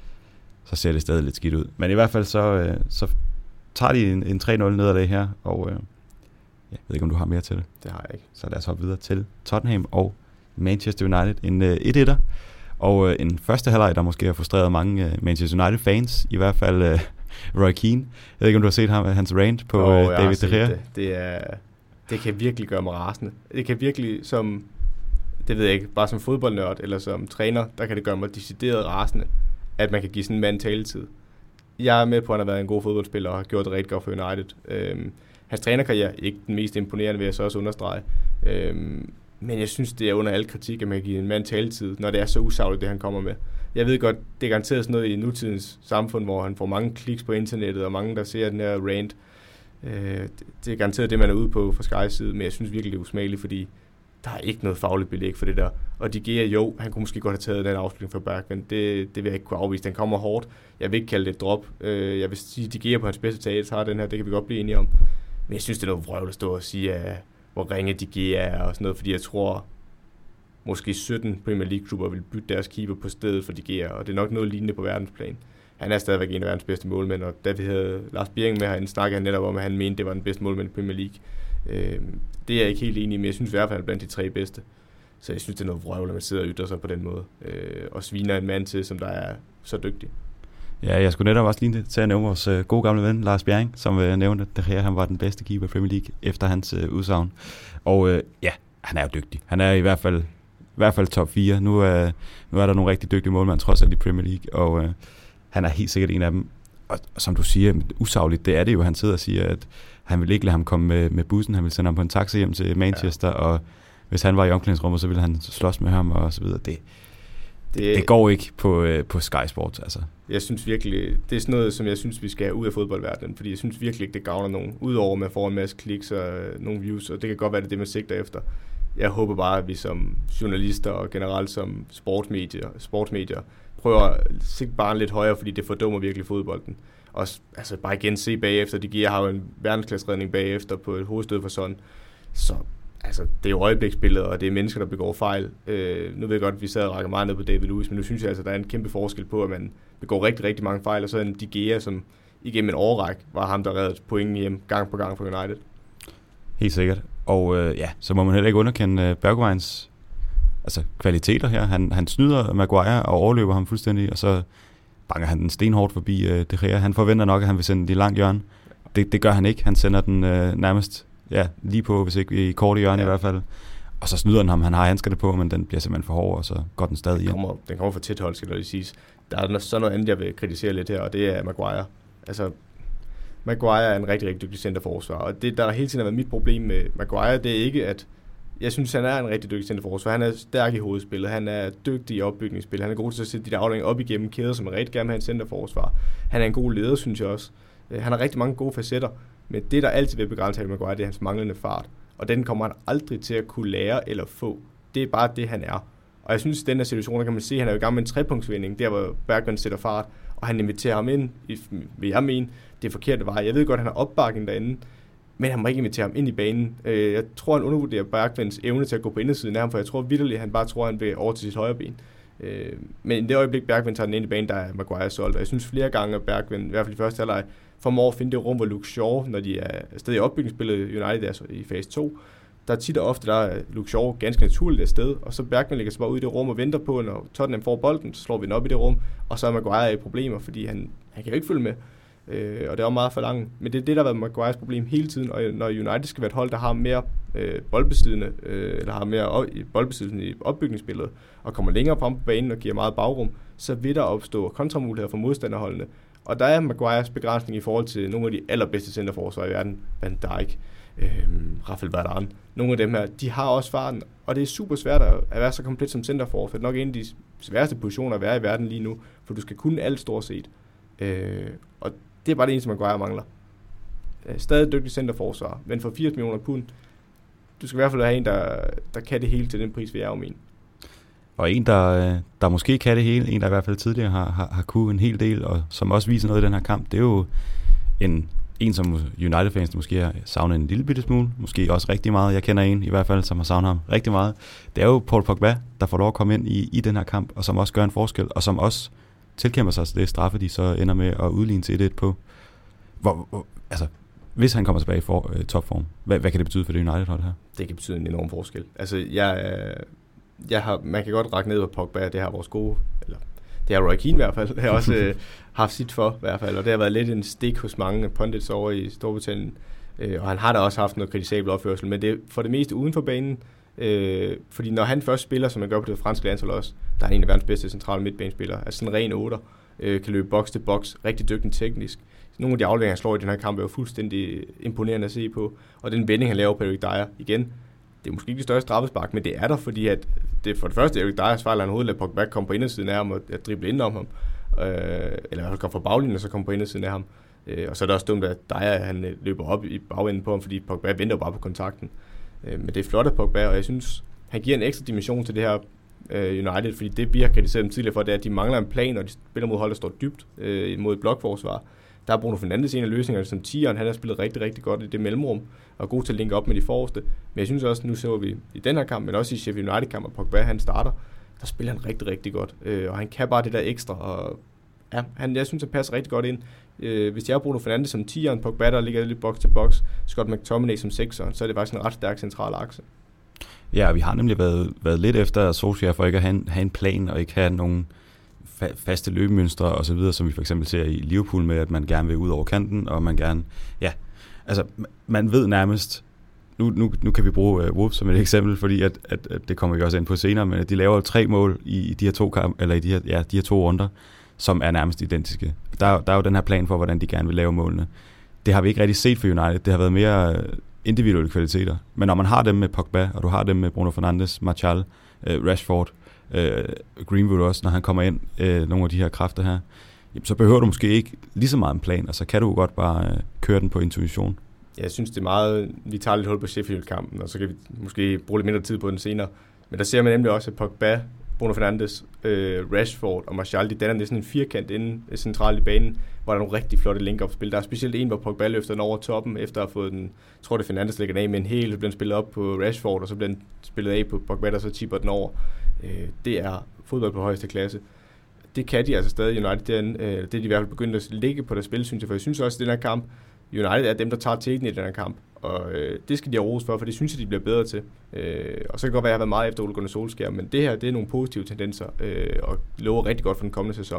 A: så ser det stadig lidt skidt ud. Men i hvert fald så, øh, så tager de en, en tre nul nederlag her, og øh, jeg ved ikke, om du har mere til det.
B: Det har jeg ikke.
A: Så lad os hoppe videre til Tottenham og Manchester United. En uh, et-etter. Og uh, en første halvleg, der måske har frustreret mange uh, Manchester United-fans. I hvert fald uh, Roy Keane. Jeg ved ikke, om du har set ham, hans rant på oh, uh, David De Gea.
B: Det. Det, er, det kan virkelig gøre mig rasende. Det kan virkelig som, det ved jeg ikke, bare som fodboldnørd eller som træner, der kan det gøre mig decideret rasende, at man kan give sådan en mand taletid. Jeg er med på, at han har været en god fodboldspiller og har gjort det rigtig godt for United. Øhm, Hans trænerkarriere er ikke den mest imponerende, vil jeg så også understrege. Øhm, men jeg synes, det er under al kritik, at man kan give en mand taletid, når det er så usagligt, det han kommer med. Jeg ved godt, det er garanteret sådan noget i nutidens samfund, hvor han får mange kliks på internettet, og mange, der ser den her rant. Øh, det er garanteret det, man er ude på fra Sky's side, men jeg synes virkelig, det er usmageligt, fordi der er ikke noget fagligt belæg for det der. Og De Gea, jo, han kunne måske godt have taget den afslutning for Berg, men det, det vil jeg ikke kunne afvise. Den kommer hårdt. Jeg vil ikke kalde det et drop. Øh, jeg vil sige, De Gea på hans bedste tag, tager den her, det kan vi godt blive enige om. Men jeg synes, det er noget vrøvl at stå og sige, at, hvor ringe De Gea er og sådan noget, fordi jeg tror, måske sytten Premier League-klubber vil bytte deres keeper på stedet for De Gea, og det er nok noget lignende på verdensplan. Han er stadigvæk en af verdens bedste målmænd, og da vi havde Lars Bjerring med herinde, snakkede han netop om, at han mente, det var den bedste målmænd i Premier League. Øh, det er jeg ikke helt enig i, men jeg synes i hvert fald, han er blandt de tre bedste. Så jeg synes, det er noget vrøvl, at man sidder og ytrer sig på den måde, øh, og sviner en mand til, som der er så dygtig.
A: Ja, jeg skulle netop også lige til at nævne vores uh, gode gamle ven, Lars Bjerring, som uh, nævnte, at De Gea, han var den bedste keeper i Premier League efter hans uh, udsagn. Og uh, ja, han er jo dygtig. Han er i hvert fald, i hvert fald top fire. Nu, uh, nu er der nogle rigtig dygtige målmænd, trods alt i Premier League, og uh, han er helt sikkert en af dem. Og, og som du siger, usagligt, det er det jo, han sidder og siger, at han vil ikke lade ham komme med, med bussen, han vil sende ham på en taxa hjem til Manchester, ja. Og hvis han var i omklædningsrummet, så ville han slås med ham og så videre. Det, det, det går ikke på, uh, på Sky Sports, altså. Jeg
B: synes virkelig, det er sådan noget, som jeg synes, vi skal have ud af fodboldverdenen, fordi jeg synes virkelig ikke, det gavner nogen. Udover at man får en masse kliks og uh, nogle views, og det kan godt være, det er det, man sigter efter. Jeg håber bare, at vi som journalister og generelt som sportsmedier, sportsmedier prøver at sigte bare lidt højere, fordi det fordummer virkelig fodbolden. Og altså, bare igen se bagefter, De Gea har jo en verdensklasseredning bagefter på et hovedstød for sådan. Så altså, det er jo øjebliksbilleder, og det er mennesker, der begår fejl. Øh, nu ved jeg godt, at vi sad og rækker meget ned på David Luiz, men nu synes jeg altså, at der er en kæmpe forskel på, at man begår rigtig, rigtig mange fejl, og så en De Gea, som igennem en årrække var ham, der reddede pointen hjem gang på gang for United.
A: Helt sikkert. Og øh, ja, så må man heller ikke underkende øh, Bergwijns altså, kvaliteter her. Han, han snyder Maguire og overløber ham fuldstændig, og så banker han den stenhårdt forbi øh, De Gea. Han forventer nok, at han vil sende den i langt hjørne. Det, det gør han ikke. Han sender den øh, nærmest ja, lige på, hvis ikke i kort hjørne ja. i hvert fald. Og så snyder han ham. Han har handskerne på, men den bliver simpelthen for hård, og så går den stadig
B: den kommer, ind. Den kommer for tæt hold, skal det siges. Der er så noget andet, jeg vil kritisere lidt her, og det er Maguire. Altså, Maguire er en rigtig, rigtig dygtig centerforsvar, og det, der hele tiden har været mit problem med Maguire, det er ikke, at jeg synes, han er en rigtig dygtig centerforsvar. Han er stærk i hovedspillet, han er dygtig i opbygningsspil, han er god til at sætte de der afdelinger op igennem kæder, som man rigtig gerne vil have en centerforsvar. Han er en god leder, synes jeg også. Han har rigtig mange gode facetter, men det, der altid vil begrænse Harry Maguire, det er hans manglende fart. Og den kommer han aldrig til at kunne lære eller få. Det er bare det, han er. Og jeg synes, i den her situation, der kan man se, at han er i gang med en trepunktsvinding, der hvor Bergwijn sætter fart, og han inviterer ham ind, i, vil jeg mene, det er forkerte vej. Jeg ved godt, at han har opbakning derinde, men han må ikke invitere ham ind i banen. Jeg tror, han undervurderer Bergwijns evne til at gå på indersiden af ham, for jeg tror vitterligt, at han bare tror, at han vil over til sit højre ben. Men i det øjeblik, Bergwijn tager den ind i banen, der er Maguire solgt. Og jeg synes flere gange, at Bergwijn, i hvert fald i første halvleg, formår at finde det rum, hvor Luke Shaw, når de er stadig i opbygningsspillet United altså i fase to, der er tit og ofte, der er Luke Shaw ganske naturligt afsted, og så Bergwijn lægger sig bare ud i det rum og venter på, når Tottenham får bolden, så slår vi den op i det rum, og så er Maguire i problemer, fordi han, han kan jo ikke følge med, øh, og det er jo meget for langt. Men det er det, der har været Maguires problem hele tiden, og når United skal være et hold, der har mere øh, boldbesiddende, øh, eller har mere op, boldbesiddende i opbygningsspillet, og kommer længere frem på banen og giver meget bagrum, så vil der opstå kontramuligheder for modstanderholdene. Og der er Maguires begrænsning i forhold til nogle af de allerbedste centerforsvarer i verden, Van Dijk, øhm, Rafael Varane. Nogle af dem her, de har også farten, og det er super svært at være så komplet som centerforsvar. Det er nok en af de sværeste positioner at være i verden lige nu, for du skal kunne alt stort set. Øh, og det er bare det eneste, Maguire mangler. Øh, stadig dygtig centerforsvar, men for firs millioner pund, du skal i hvert fald have en, der, der kan det hele til den pris, vil jeg jo mene.
A: Og en, der, der måske kan det hele, en, der i hvert fald tidligere har, har, har kunnet en hel del, og som også viser noget i den her kamp, det er jo en, en som United-fans måske har savnet en lille bitte smule, måske også rigtig meget. Jeg kender en i hvert fald, som har savnet ham rigtig meget. Det er jo Paul Pogba, der får lov at komme ind i, i den her kamp, og som også gør en forskel, og som også tilkæmper sig det straffe, de så ender med at udligne til et-et på. Hvor, hvor, altså, hvis han kommer tilbage i for, øh, topform, hvad, hvad kan det betyde for det United-hold her?
B: Det kan betyde en enorm forskel. Altså, jeg øh Jeg har, man kan godt række ned på Pogba, det har vores gode, eller det har Roy Keane i hvert fald, har også øh, haft sit for i hvert fald, og det har været lidt en stik hos mange pundits over i Storbritannien, øh, og han har da også haft noget kritisabel opførsel, men det er for det meste uden for banen, øh, fordi når han først spiller, som han gør på det franske landshold også, der er en af verdens bedste centrale midtbanespillere, altså sådan en ren otter, øh, kan løbe box til box, rigtig dygtig teknisk. Nogle af de afleveringer, han slår i den her kamp, er jo fuldstændig imponerende at se på, og den vending, han laver på Eric Dyer igen, det er måske ikke det største straffespark, men det er der, fordi at det for det første Eric Dyers fejl, han hovedet lader Pogba komme på indersiden af ham og at drible ind om ham, øh, eller han kommer fra baglinjen og så kommer på indersiden af ham. Øh, og så er det også dumt, at Dyer han løber op i bagenden på ham, fordi Pogba venter bare på kontakten. Øh, men det er flot af Pogba, og jeg synes, han giver en ekstra dimension til det her øh, United, fordi det vi har kritiseret dem tidligere for, det er, at de mangler en plan, og de spiller mod hold, der står dybt øh, mod et blokforsvar. Der er Bruno Fernandes en af løsningerne som tieren. Han har spillet rigtig, rigtig godt i det mellemrum og er god til at linke op med de forreste. Men jeg synes også, nu så vi i den her kamp, men også i Sheffield United-kamp, at Pogba han starter, der spiller han rigtig, rigtig godt. Øh, og han kan bare det der ekstra. Og ja, han, jeg synes, han passer rigtig godt ind. Øh, hvis jeg har Bruno Fernandes som tieren, Pogba der ligger lidt box til box, Scott McTominay som sekseren, så er det faktisk en ret stærk central akse.
A: Ja, vi har nemlig været, været lidt efter Solskjaer for ikke at have en, have en plan og ikke have nogen faste løbemønstre og så videre, som vi for eksempel ser i Liverpool med, at man gerne vil ud over kanten, og man gerne, ja, altså, man ved nærmest, nu, nu, nu kan vi bruge uh, Wolves som et eksempel, fordi at, at, at det kommer vi også ind på senere, men de laver tre mål i, i de her to kamp, eller i de her, ja, de her to runder, som er nærmest identiske. Der, der er jo den her plan for, hvordan de gerne vil lave målene. Det har vi ikke rigtig set for United, det har været mere individuelle kvaliteter, men når man har dem med Pogba, og du har dem med Bruno Fernandes, Martial, uh, Rashford, Uh, Greenwood også, når han kommer ind, uh, nogle af de her kræfter her, jamen, så behøver du måske ikke lige så meget en plan, og så kan du godt bare uh, køre den på intuition.
B: Jeg synes, det er meget, vi tager lidt hul på Sheffield-kampen, og så kan vi måske bruge lidt mindre tid på den senere. Men der ser man nemlig også, at Pogba, Bruno Fernandes, uh, Rashford og Martial, de danner næsten en firkant inde centralt i banen, hvor der er nogle rigtig flotte link-up-spil. Der er specielt en, hvor Pogba løfter den over toppen, efter at have fået den, jeg tror det Fernandes lægger den af med en hel, så bliver den spillet op på Rashford, og så bliver den spillet af på Pogba, der så tipper den over. Det er fodbold på højeste klasse. Det kan de altså stadig United, det er, det er de i hvert fald begyndt at ligge på deres spil, synes jeg, for jeg synes også, at den her kamp, United er dem, der tager teten i den her kamp, og øh, det skal de have ros for, for det synes jeg, de bliver bedre til. Øh, og så kan det godt være, at jeg har været meget efter Ole Gunnar Solskjær, men det her, det er nogle positive tendenser, øh, og lover rigtig godt for den kommende sæson.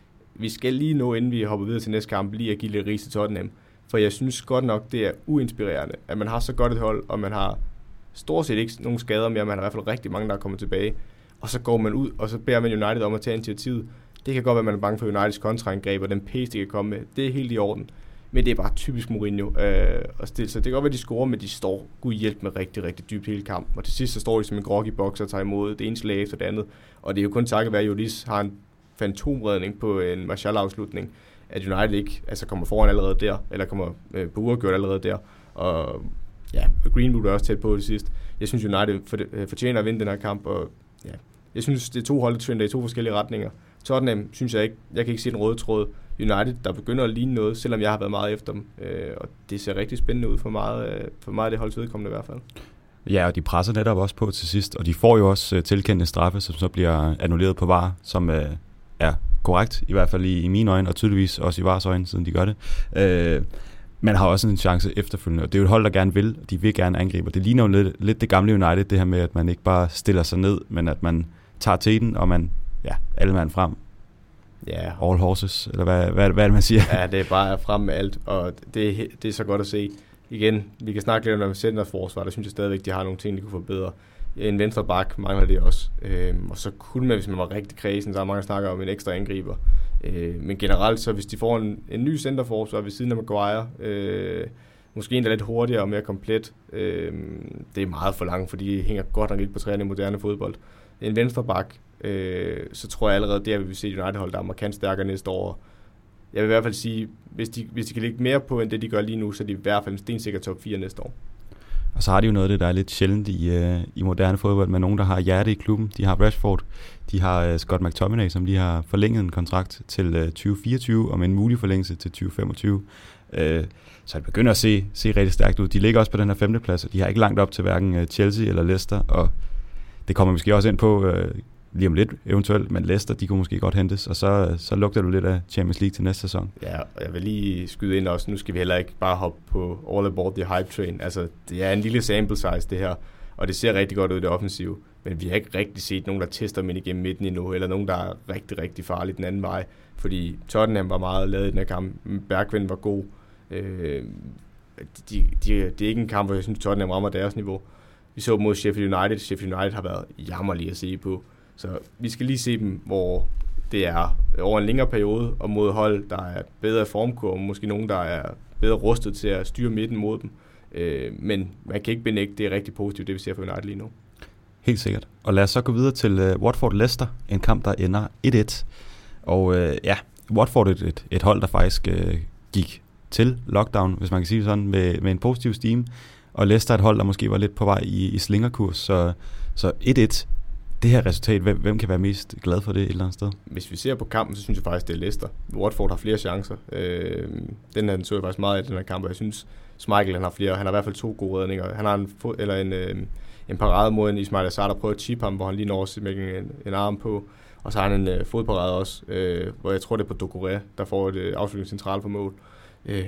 B: Vi skal lige nå, inden vi hopper videre til næste kamp, lige at give lidt ris til Tottenham, for jeg synes godt nok, det er uinspirerende, at man har så godt et hold, og man har stort set ikke nogen skader mere, man har i hvert fald rigtig mange, der er kommet tilbage, og så går man ud, og så beder man United om at tage initiativet. Det kan godt være, at man er bange for Uniteds kontraangreb, og den pace, de kan komme med. Det er helt i orden. Men det er bare typisk Mourinho øh, at stille sig. Det kan godt være, at de scorer, men de står gud hjælp med rigtig, rigtig dybt hele kampen. Og til sidst så står de som en groggy box og tager imod det ene slag efter det andet. Og det er jo kun takket være, at Jolis har en fantomredning på en Martial-afslutning, at United ikke altså kommer foran allerede der, eller kommer øh, på uafgjort allerede der. Og ja, Greenwood er også tæt på det sidst. Jeg synes, United for, øh, fortjener at vinde den her kamp, og ja, jeg synes, det er to hold, der trender i to forskellige retninger. Tottenham synes jeg ikke, jeg kan ikke se den røde tråd. United, der begynder at ligne noget, selvom jeg har været meget efter dem. Øh, og det ser rigtig spændende ud for meget, øh, for meget af det holds vedkommende i hvert fald.
A: Ja, og de presser netop også på til sidst, og de får jo også uh, tilkendt en straffe, som så bliver annulleret på V A R, som uh, er korrekt, i hvert fald i, i mine øjne, og tydeligvis også i V A R's øjne, siden de gør det. Uh, man har også en chance efterfølgende, og det er jo et hold, der gerne vil, og de vil gerne angribe. Det ligner jo lidt, lidt det gamle United, det her med, at man ikke bare stiller sig ned, men at man tager teten, og man, ja, alle mand frem. Ja, yeah. All horses, eller hvad, hvad, hvad er det, man siger?
B: Ja, det er bare frem med alt, og det, det er så godt at se. Igen, vi kan snakke lidt om centerforsvar, der synes jeg stadigvæk, de har nogle ting, de kunne forbedre. En venstre bak mangler det også, øhm, og så kunne man, hvis man var rigtig kredsen, så er mange, der snakker om en ekstra angriber. Øh, men generelt, så hvis de får en, en ny centerforsvar ved siden af Maguire, øh, måske endda lidt hurtigere og mere komplet, øh, det er meget for langt, fordi de hænger godt nok lidt på træerne i moderne fodbold. En venstre bak, Øh, så tror jeg allerede der, vil vi se United-hold, der er markant stærkere næste år. Jeg vil i hvert fald sige, hvis de, hvis de kan lægge mere på, end det de gør lige nu, så er de i hvert fald en stensikker top fire næste år.
A: Og så har de jo noget af det, der er lidt sjældent i, uh, i moderne fodbold, med nogen, der har hjerte i klubben. De har Rashford, de har uh, Scott McTominay, som de har forlænget en kontrakt til uh, tyve fireogtyve, og med en mulig forlængelse til tyve femogtyve. Uh, så det begynder at se, se rigtig stærkt ud. De ligger også på den her femteplads, og de har ikke langt op til hverken uh, Chelsea eller Leicester, og det kommer måske også ind på... Uh, lige om lidt eventuelt, men Leicester, de kunne måske godt hentes, og så, så lugter du lidt af Champions League til næste sæson.
B: Ja, og jeg vil lige skyde ind også, nu skal vi heller ikke bare hoppe på all aboard the hype train. Altså, det er en lille sample size, det her, og det ser rigtig godt ud i det offensive, men vi har ikke rigtig set nogen, der tester dem ind igennem midten endnu, eller nogen, der er rigtig, rigtig farlige den anden vej, fordi Tottenham var meget lavet i den her kamp, Bergwijn var god. Øh, de, de, det er ikke en kamp, hvor jeg synes, Tottenham rammer deres niveau. Vi så mod Sheffield United. Sheffield United har været jammerlige at se på. Så vi skal lige se dem, hvor det er over en længere periode, og mod hold, der er bedre formkurve, måske nogen, der er bedre rustet til at styre midten mod dem. Øh, men man kan ikke benægte, det er rigtig positivt, det vi ser for United lige nu.
A: Helt sikkert. Og lad os så gå videre til uh, Watford-Leicester, en kamp, der ender et et. Og uh, ja, Watford er et, et, et hold, der faktisk uh, gik til lockdown, hvis man kan sige det sådan, med, med en positiv steam. Og Leicester er et hold, der måske var lidt på vej i, i slingerkurs, så, så et et. Det her resultat, hvem, hvem kan være mest glad for det et eller andet sted?
B: Hvis vi ser på kampen, så synes jeg faktisk, det er Leicester. Watford har flere chancer. Øh, den her, den så jeg faktisk meget af den her kamp, og jeg synes, Schmeichel han har flere. Han har i hvert fald to gode redninger. Han har en, fod, eller en, øh, en parade mod en Ismail Assar, der prøver at chip ham, hvor han lige når med en, en arm på. Og så har han en øh, fodparade også, øh, hvor jeg tror, det er på Doucouré, der får et øh, afslutningscentral på mål. Øh,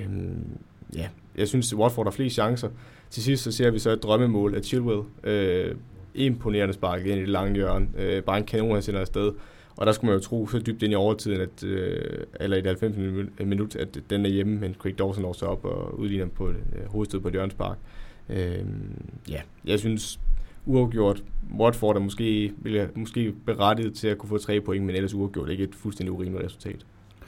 B: ja, jeg synes, Watford har flere chancer. Til sidst så ser vi så et drømmemål af Chilwell. Øh, imponerende spark ind i det lange hjørne. Øh, bare en kanon, han sender afsted. Og der skulle man jo tro så dybt ind i overtiden, at, øh, eller i det halvfemte minut, at den er hjemme, men Craig Dawson når så op og udligner på øh, hovedstød på et hjørnespark. Øh, ja, jeg synes uafgjort, Watford er måske, vil måske berettiget til at kunne få tre point, men ellers uafgjort ikke et fuldstændig urimeligt resultat.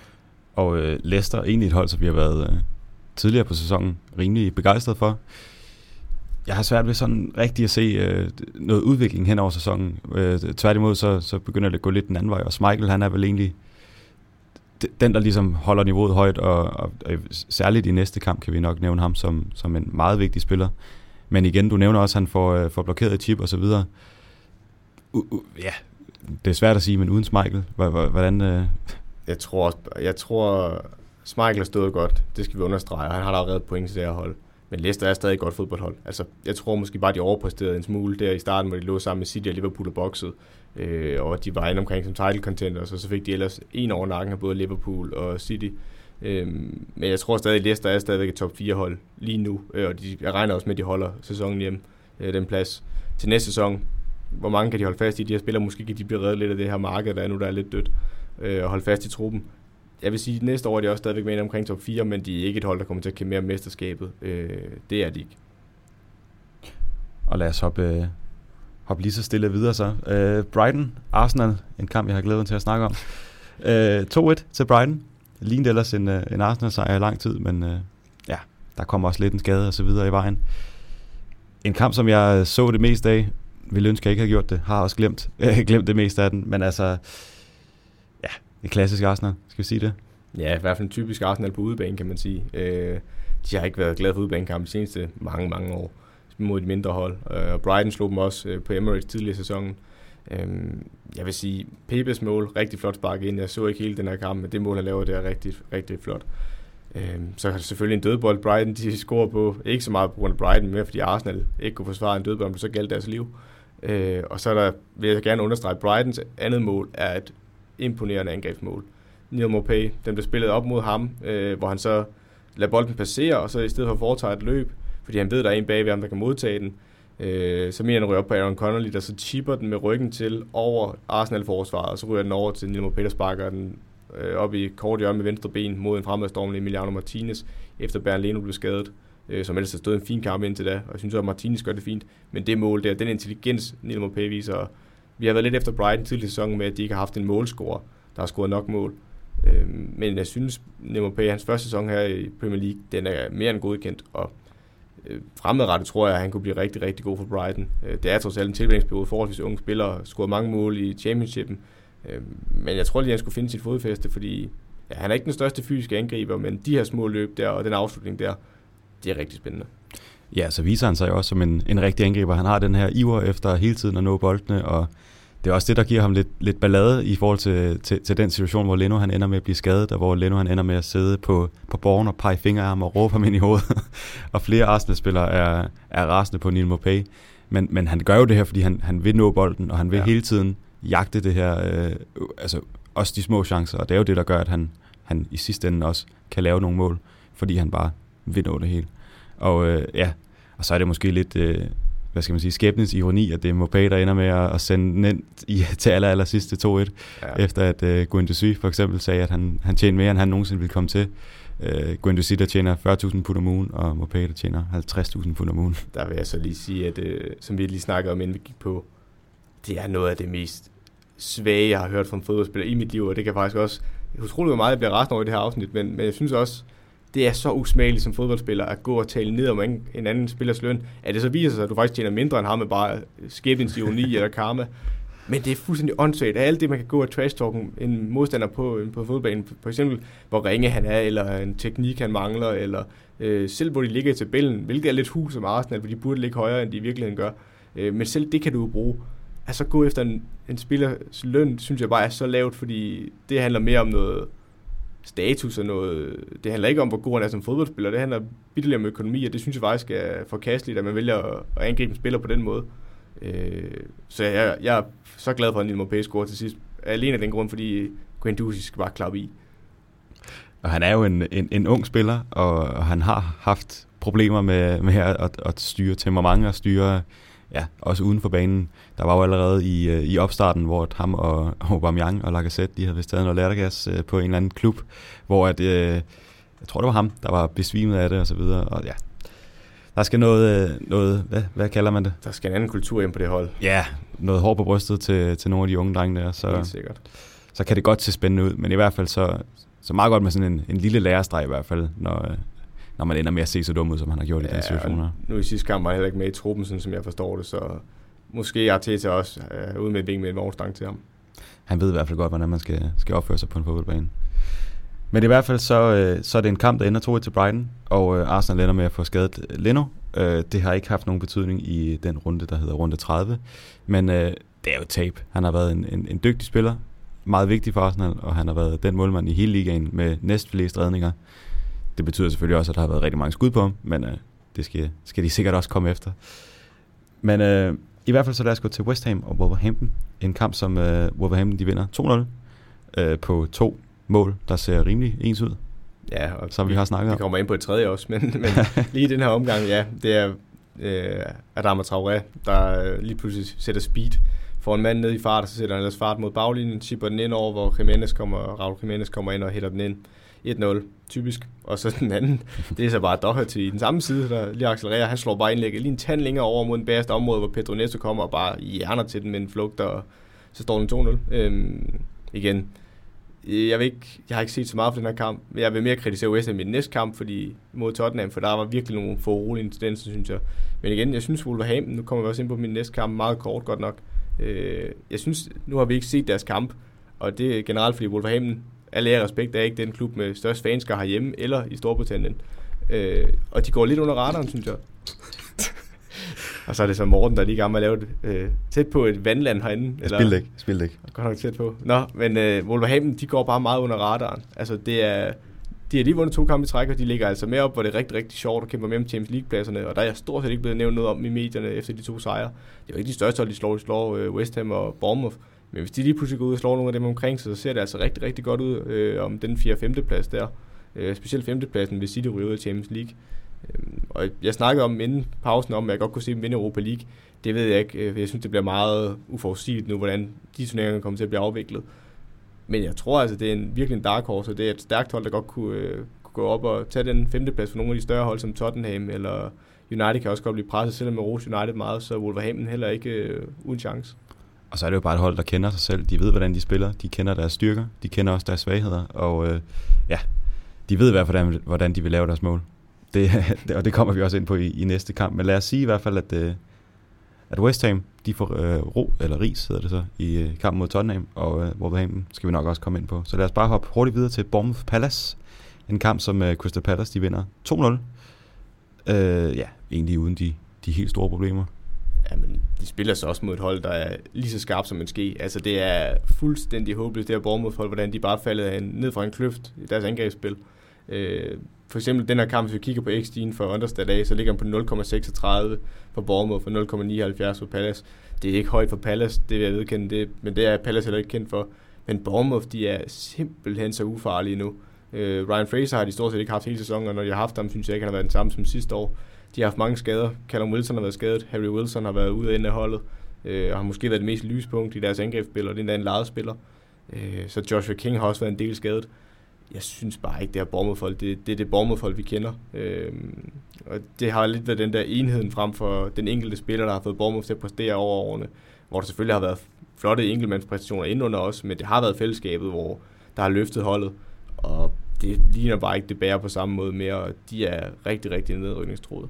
A: Og øh, Leicester, egentlig et hold, som vi har været øh, tidligere på sæsonen rimelig begejstret for. Jeg har svært ved sådan rigtig at se øh, noget udvikling hen over sæsonen. Øh, tværtimod så, så begynder det at gå lidt den anden vej, og Schmeichel, han er vel egentlig den, der ligesom holder niveauet højt, og, og, og særligt i næste kamp kan vi nok nævne ham som, som en meget vigtig spiller. Men igen, du nævner også, at han får, øh, får blokeret chip og så videre. Uh, uh, ja, det er svært at sige, men uden Schmeichel, hvordan... Øh...
B: Jeg tror, jeg tror Schmeichel har stået godt, det skal vi understrege, han har da reddet point til det her hold. Men Leicester er stadig et godt fodboldhold. Altså, jeg tror måske bare, de overpræsterede en smule der i starten, hvor de lå sammen med City og Liverpool og boxede. Øh, og de var inde omkring som title contenders, og så fik de ellers en over nakken af både Liverpool og City. Øhm, men jeg tror stadig, at Leicester er stadigvæk et top fire hold lige nu, øh, og de, jeg regner også med, at de holder sæsonen hjem, øh, den plads. Til næste sæson, hvor mange kan de holde fast i? De her spillere, måske kan de blive reddet lidt af det her marked, der er nu, der er lidt dødt, øh, og holde fast i truppen. Jeg vil sige, at næste år er de også stadigvæk med omkring top fire, men de er ikke et hold, der kommer til at kæmpe mere om mesterskabet. Øh, det er de ikke.
A: Og lad os hoppe, øh, hoppe lige så stille videre så. Øh, Brighton, Arsenal, en kamp, jeg har glædet mig til at snakke om. Øh, to et til Brighton. Lignede ellers en, en Arsenal-sejr i lang tid, men øh, ja, der kommer også lidt en skade og så videre i vejen. En kamp, som jeg så det meste af, ville ønske, jeg ikke havde gjort det, har også glemt, øh, glemt det meste af den, men altså, ja, en klassisk Arsenal, skal vi sige det?
B: Ja, i hvert fald en typisk Arsenal på udebane, kan man sige. Øh, de har ikke været glade for udebanekamp de seneste mange, mange år mod de mindre hold, og Brighton slog dem også øh, på Emirates tidligere i sæsonen. Øhm, jeg vil sige, Pepes mål, rigtig flot spark ind. Jeg så ikke hele den her kamp, men det mål, han laver, det er rigtig, rigtig flot. Øhm, så er det selvfølgelig en dødbold, Brighton de scorer på, ikke så meget på grund af Brighton, mere fordi Arsenal ikke kunne forsvare en dødbold, men så galt deres liv. Øh, og så er der, vil jeg gerne understrege, Brightons andet mål er et imponerende angrebsmål. Neal Maupay, den blev spillet op mod ham, øh, hvor han så lader bolden passere, og så i stedet for foretage et løb, fordi han ved, der er en bagved ham, der kan modtage den. Øh, så mener han ryger op på Aaron Connolly, der så chipper den med ryggen til over Arsenal-forsvaret, og så ryger den over til Neal Maupay, der sparker den øh, op i kort hjørne med venstre ben mod en fremadstormende Emiliano Martinez, efter Bernd Leno blev skadet, øh, som ellers har stået en fin kamp indtil da, og jeg synes også, at Martinez gør det fint. Men det mål der, den intelligens, Neal Maupay viser, vi har været lidt efter Brighton tidligere sæson med, at de ikke har haft en målscorer, der har scoret nok mål. Øh, men jeg synes, Neal Maupay, hans første sæson her i Premier League, den er mere end godkendt, og fremadrettet tror jeg, at han kunne blive rigtig, rigtig god for Brighton. Det er trods alt en tilvændingsperiode, forholdsvis unge spillere, scoret mange mål i championshipen, men jeg tror lige, at han skulle finde sit fodfæste, fordi ja, han er ikke den største fysiske angriber, men de her små løb der, og den afslutning der, det er rigtig spændende.
A: Ja, så viser han sig også som en, en rigtig angriber. Han har den her iver efter hele tiden at nå boldene, og det er også det, der giver ham lidt, lidt ballade i forhold til, til, til den situation, hvor Leno han ender med at blive skadet, og hvor Leno han ender med at sidde på, på borgen og pege fingre af ham og råbe ham ind i hovedet. Og flere Arsenal-spillere er, er rasende på Neal Maupay. Men, men han gør jo det her, fordi han, han vil nå bolden, og han vil ja. hele tiden jagte det her, øh, altså også de små chancer, og det er jo det, der gør, at han, han i sidste ende også kan lave nogle mål, fordi han bare vil nå det hele. Og øh, ja, og så er det måske lidt... Øh, hvad skal man sige, skæbnens ironi, at det er Maupay, der ender med at sende den ind i, til aller, aller sidste to et, ja. Efter at uh, Guendouzi for eksempel sagde, at han, han tjener mere, end han nogensinde ville komme til. Uh, Guendouzi, der tjener fyrre tusind pund om ugen, og Maupay, der tjener halvtreds tusind pund om ugen. Der
B: vil jeg så lige sige, at uh, som vi lige snakkede om, inden vi gik på, det er noget af det mest svage, jeg har hørt fra en fodboldspiller i mit liv, og det kan faktisk også, utroligt hvor meget jeg bliver rasende over i det her afsnit, men, men jeg synes også, det er så usmageligt som fodboldspiller at gå og tale ned om en, en anden spillers løn, at det så viser sig, at du faktisk tjener mindre end ham med bare skæbnens ironi eller karma. Men det er fuldstændig åndssvagt. Alt det, man kan gå og trash-talken en modstander på, på fodboldbanen, for eksempel hvor ringe han er, eller en teknik, han mangler, eller øh, selv hvor de ligger i tabellen, hvilket er lidt hul som Arsenal, hvor de burde ligge højere, end de i virkeligheden gør. Øh, men selv det kan du jo bruge. Altså gå efter en, en spillers løn, synes jeg bare er så lavt, fordi det handler mere om noget status og noget. Det handler ikke om, hvor god han er som fodboldspiller. Det handler vitterligt om økonomi, og det synes jeg faktisk er forkasteligt, at man vælger at angribe en spiller på den måde. Øh, så jeg, jeg er så glad for, at Neal Maupay scorer til sidst. Alene af den grund, fordi Guendouzi skal bare klappe i.
A: Og han er jo en, en, en ung spiller, og, og han har haft problemer med, med at, at, at styre temperament og styre, ja, også uden for banen. Der var jo allerede i, i opstarten, hvor ham og Aubameyang og Lacazette, de havde vist taget noget lattergas på en eller anden klub, hvor at, øh, jeg tror, det var ham, der var besvimet af det og så videre. Og ja, der skal noget, noget hvad, hvad kalder man det?
B: Der skal en anden kultur ind på det hold.
A: Ja, noget hår på brystet til, til nogle af de unge drenge der. Så,
B: helt sikkert.
A: Så kan det godt se spændende ud, men i hvert fald så, så meget godt med sådan en, en lille lærestreg i hvert fald, når, når man ender med at se så dum ud, som han har gjort ja, i den situation.
B: Nu i sidste kamp var han heller ikke med i truppen, sådan som jeg forstår det, så måske Arteta også øh, ude med et vink med en vognstang til ham.
A: Han ved i hvert fald godt, hvordan man skal, skal opføre sig på en fodboldbane. Men i hvert fald så, øh, så er det en kamp, der ender to et til Brighton, og øh, Arsenal ender med at få skadet Leno. Øh, det har ikke haft nogen betydning i den runde, der hedder runde tredive, men øh, det er jo et tab. Han har været en, en, en dygtig spiller, meget vigtig for Arsenal, og han har været den målmand i hele ligaen med næstflest redninger. Det betyder selvfølgelig også, at der har været rigtig mange skud på ham, men øh, det skal, skal de sikkert også komme efter. Men øh, i hvert fald så lad os gå til West Ham og Wolverhampton. En kamp, som øh, Wolverhampton de vinder to nul øh, på to mål, der ser rimelig ens ud.
B: Ja, og
A: som vi, vi har snakket om.
B: Vi kommer ind på et tredje også, men, men lige i den her omgang, ja, det er øh, Adama Traoré, der lige pludselig sætter speed. Får en mand ned i fart, og så sætter han ellers fart mod baglinjen, chipper den ind over, hvor Jimenez kommer, Raul Jimenez kommer ind og hætter den ind. et nul, typisk. Og så den anden, det er så bare Doherty i den samme side, der lige accelererer. Han slår bare indlægget lige en tand længere over mod den bagerste område, hvor Pedro Neto kommer og bare hjerner til den med en flugt, og så står den to nul. Øhm, igen, jeg, vil ikke, jeg har ikke set så meget for den her kamp. Jeg vil mere kritisere West Ham i den næste kamp fordi, mod Tottenham, for der var virkelig nogle for urolige tendenser, synes jeg. Men igen, jeg synes Wolverhampton, nu kommer vi også ind på min næste kamp, meget kort godt nok. Øh, jeg synes, nu har vi ikke set deres kamp, og det er generelt fordi Wolverhampton, alle ære respekt, er ikke den klub med størst fanskare herhjemme eller i Storbritannien. Øh, og de går lidt under radaren, synes jeg. Og så er det så Morten, der lige gammel at lave det øh, tæt på et vandland herinde.
A: Eller, spil det ikke, spil det ikke.
B: Godt nok tæt på. Nå, men øh, Wolverhampton, de går bare meget under radaren. Altså, det er, de har lige vundet to kampe i træk, og de ligger altså med op, hvor det er rigtig, rigtig sjovt at kæmpe med om Champions League-pladserne. Og der er jeg stort set ikke blevet nævnt noget om i medierne efter de to sejre. Det er jo ikke de største hold, de slår, de slår øh, West Ham og Bournemouth. Men hvis de lige pludselig går ud og slår nogle af dem omkring sig, så ser det altså rigtig, rigtig godt ud øh, om den fjerde femte plads der. Øh, specielt femtepladsen, hvis City ryger ud af Champions League. Øh, og jeg snakkede om inden pausen om, at jeg godt kunne se dem vinde Europa League. Det ved jeg ikke. Øh, jeg synes, det bliver meget uforudsigeligt nu, hvordan de turneringer kommer til at blive afviklet. Men jeg tror altså, det er en, virkelig en dark horse, og det er et stærkt hold, der godt kunne, øh, kunne gå op og tage den femteplads for nogle af de større hold, som Tottenham eller United kan også godt blive presset, selvom med Rose United meget, så Wolverhampton heller ikke øh, uden chance.
A: Og så er det jo bare et hold, der kender sig selv. De ved, hvordan de spiller. De kender deres styrker. De kender også deres svagheder. Og øh, ja, de ved i hvert fald, hvordan de vil lave deres mål. Det, og det kommer vi også ind på i, i næste kamp. Men lad os sige i hvert fald, at, øh, at West Ham, de får øh, ro, eller ris hedder det så, i øh, kampen mod Tottenham. Og øh, Wolverhampton skal vi nok også komme ind på. Så lad os bare hoppe hurtigt videre til Bournemouth Palace. En kamp, som øh, Crystal Palace, de vinder to nul. Øh, ja, egentlig uden de, de helt store problemer.
B: Jamen, de spiller så også mod et hold, der er lige så skarpt som en ske. Altså, det er fuldstændig håbløst, det her Bournemouth-hold, hvordan de bare faldet ned fra en kløft i deres angrebsspil. Øh, for eksempel den her kamp, hvis vi kigger på X G'en for Understat af, så ligger den på nul komma seksogtredive for Bournemouth og nul komma nioghalvfjerds for Palace. Det er ikke højt for Palace, det vil jeg vedkende, det, men det er Palace heller ikke kendt for. Men Bournemouth, de er simpelthen så ufarlige nu. Øh, Ryan Fraser har de stort set ikke haft hele sæsonen, og når de har haft ham, synes jeg ikke, han har været den samme som sidste år. De har haft mange skader. Callum Wilson har været skadet. Harry Wilson har været ude og inde af holdet. Øh, og har måske været det mest lyspunkt i deres angrebsspil, og det er endda en lejespiller. Øh, så Joshua King har også været en del skadet. Jeg synes bare ikke, det her Bournemouth-hold, det, det er det Bournemouth-hold, vi kender. Øh, og det har lidt været den der enheden frem for den enkelte spiller, der har fået Bournemouth til at præstere over årene. Hvor der selvfølgelig har været flotte enkeltmandspræstationer indenunder også, men det har været fællesskabet, hvor der har løftet holdet. Og det ligner bare ikke, det bærer på samme måde mere, og de er rigtig, rigtig nedrykningstroede.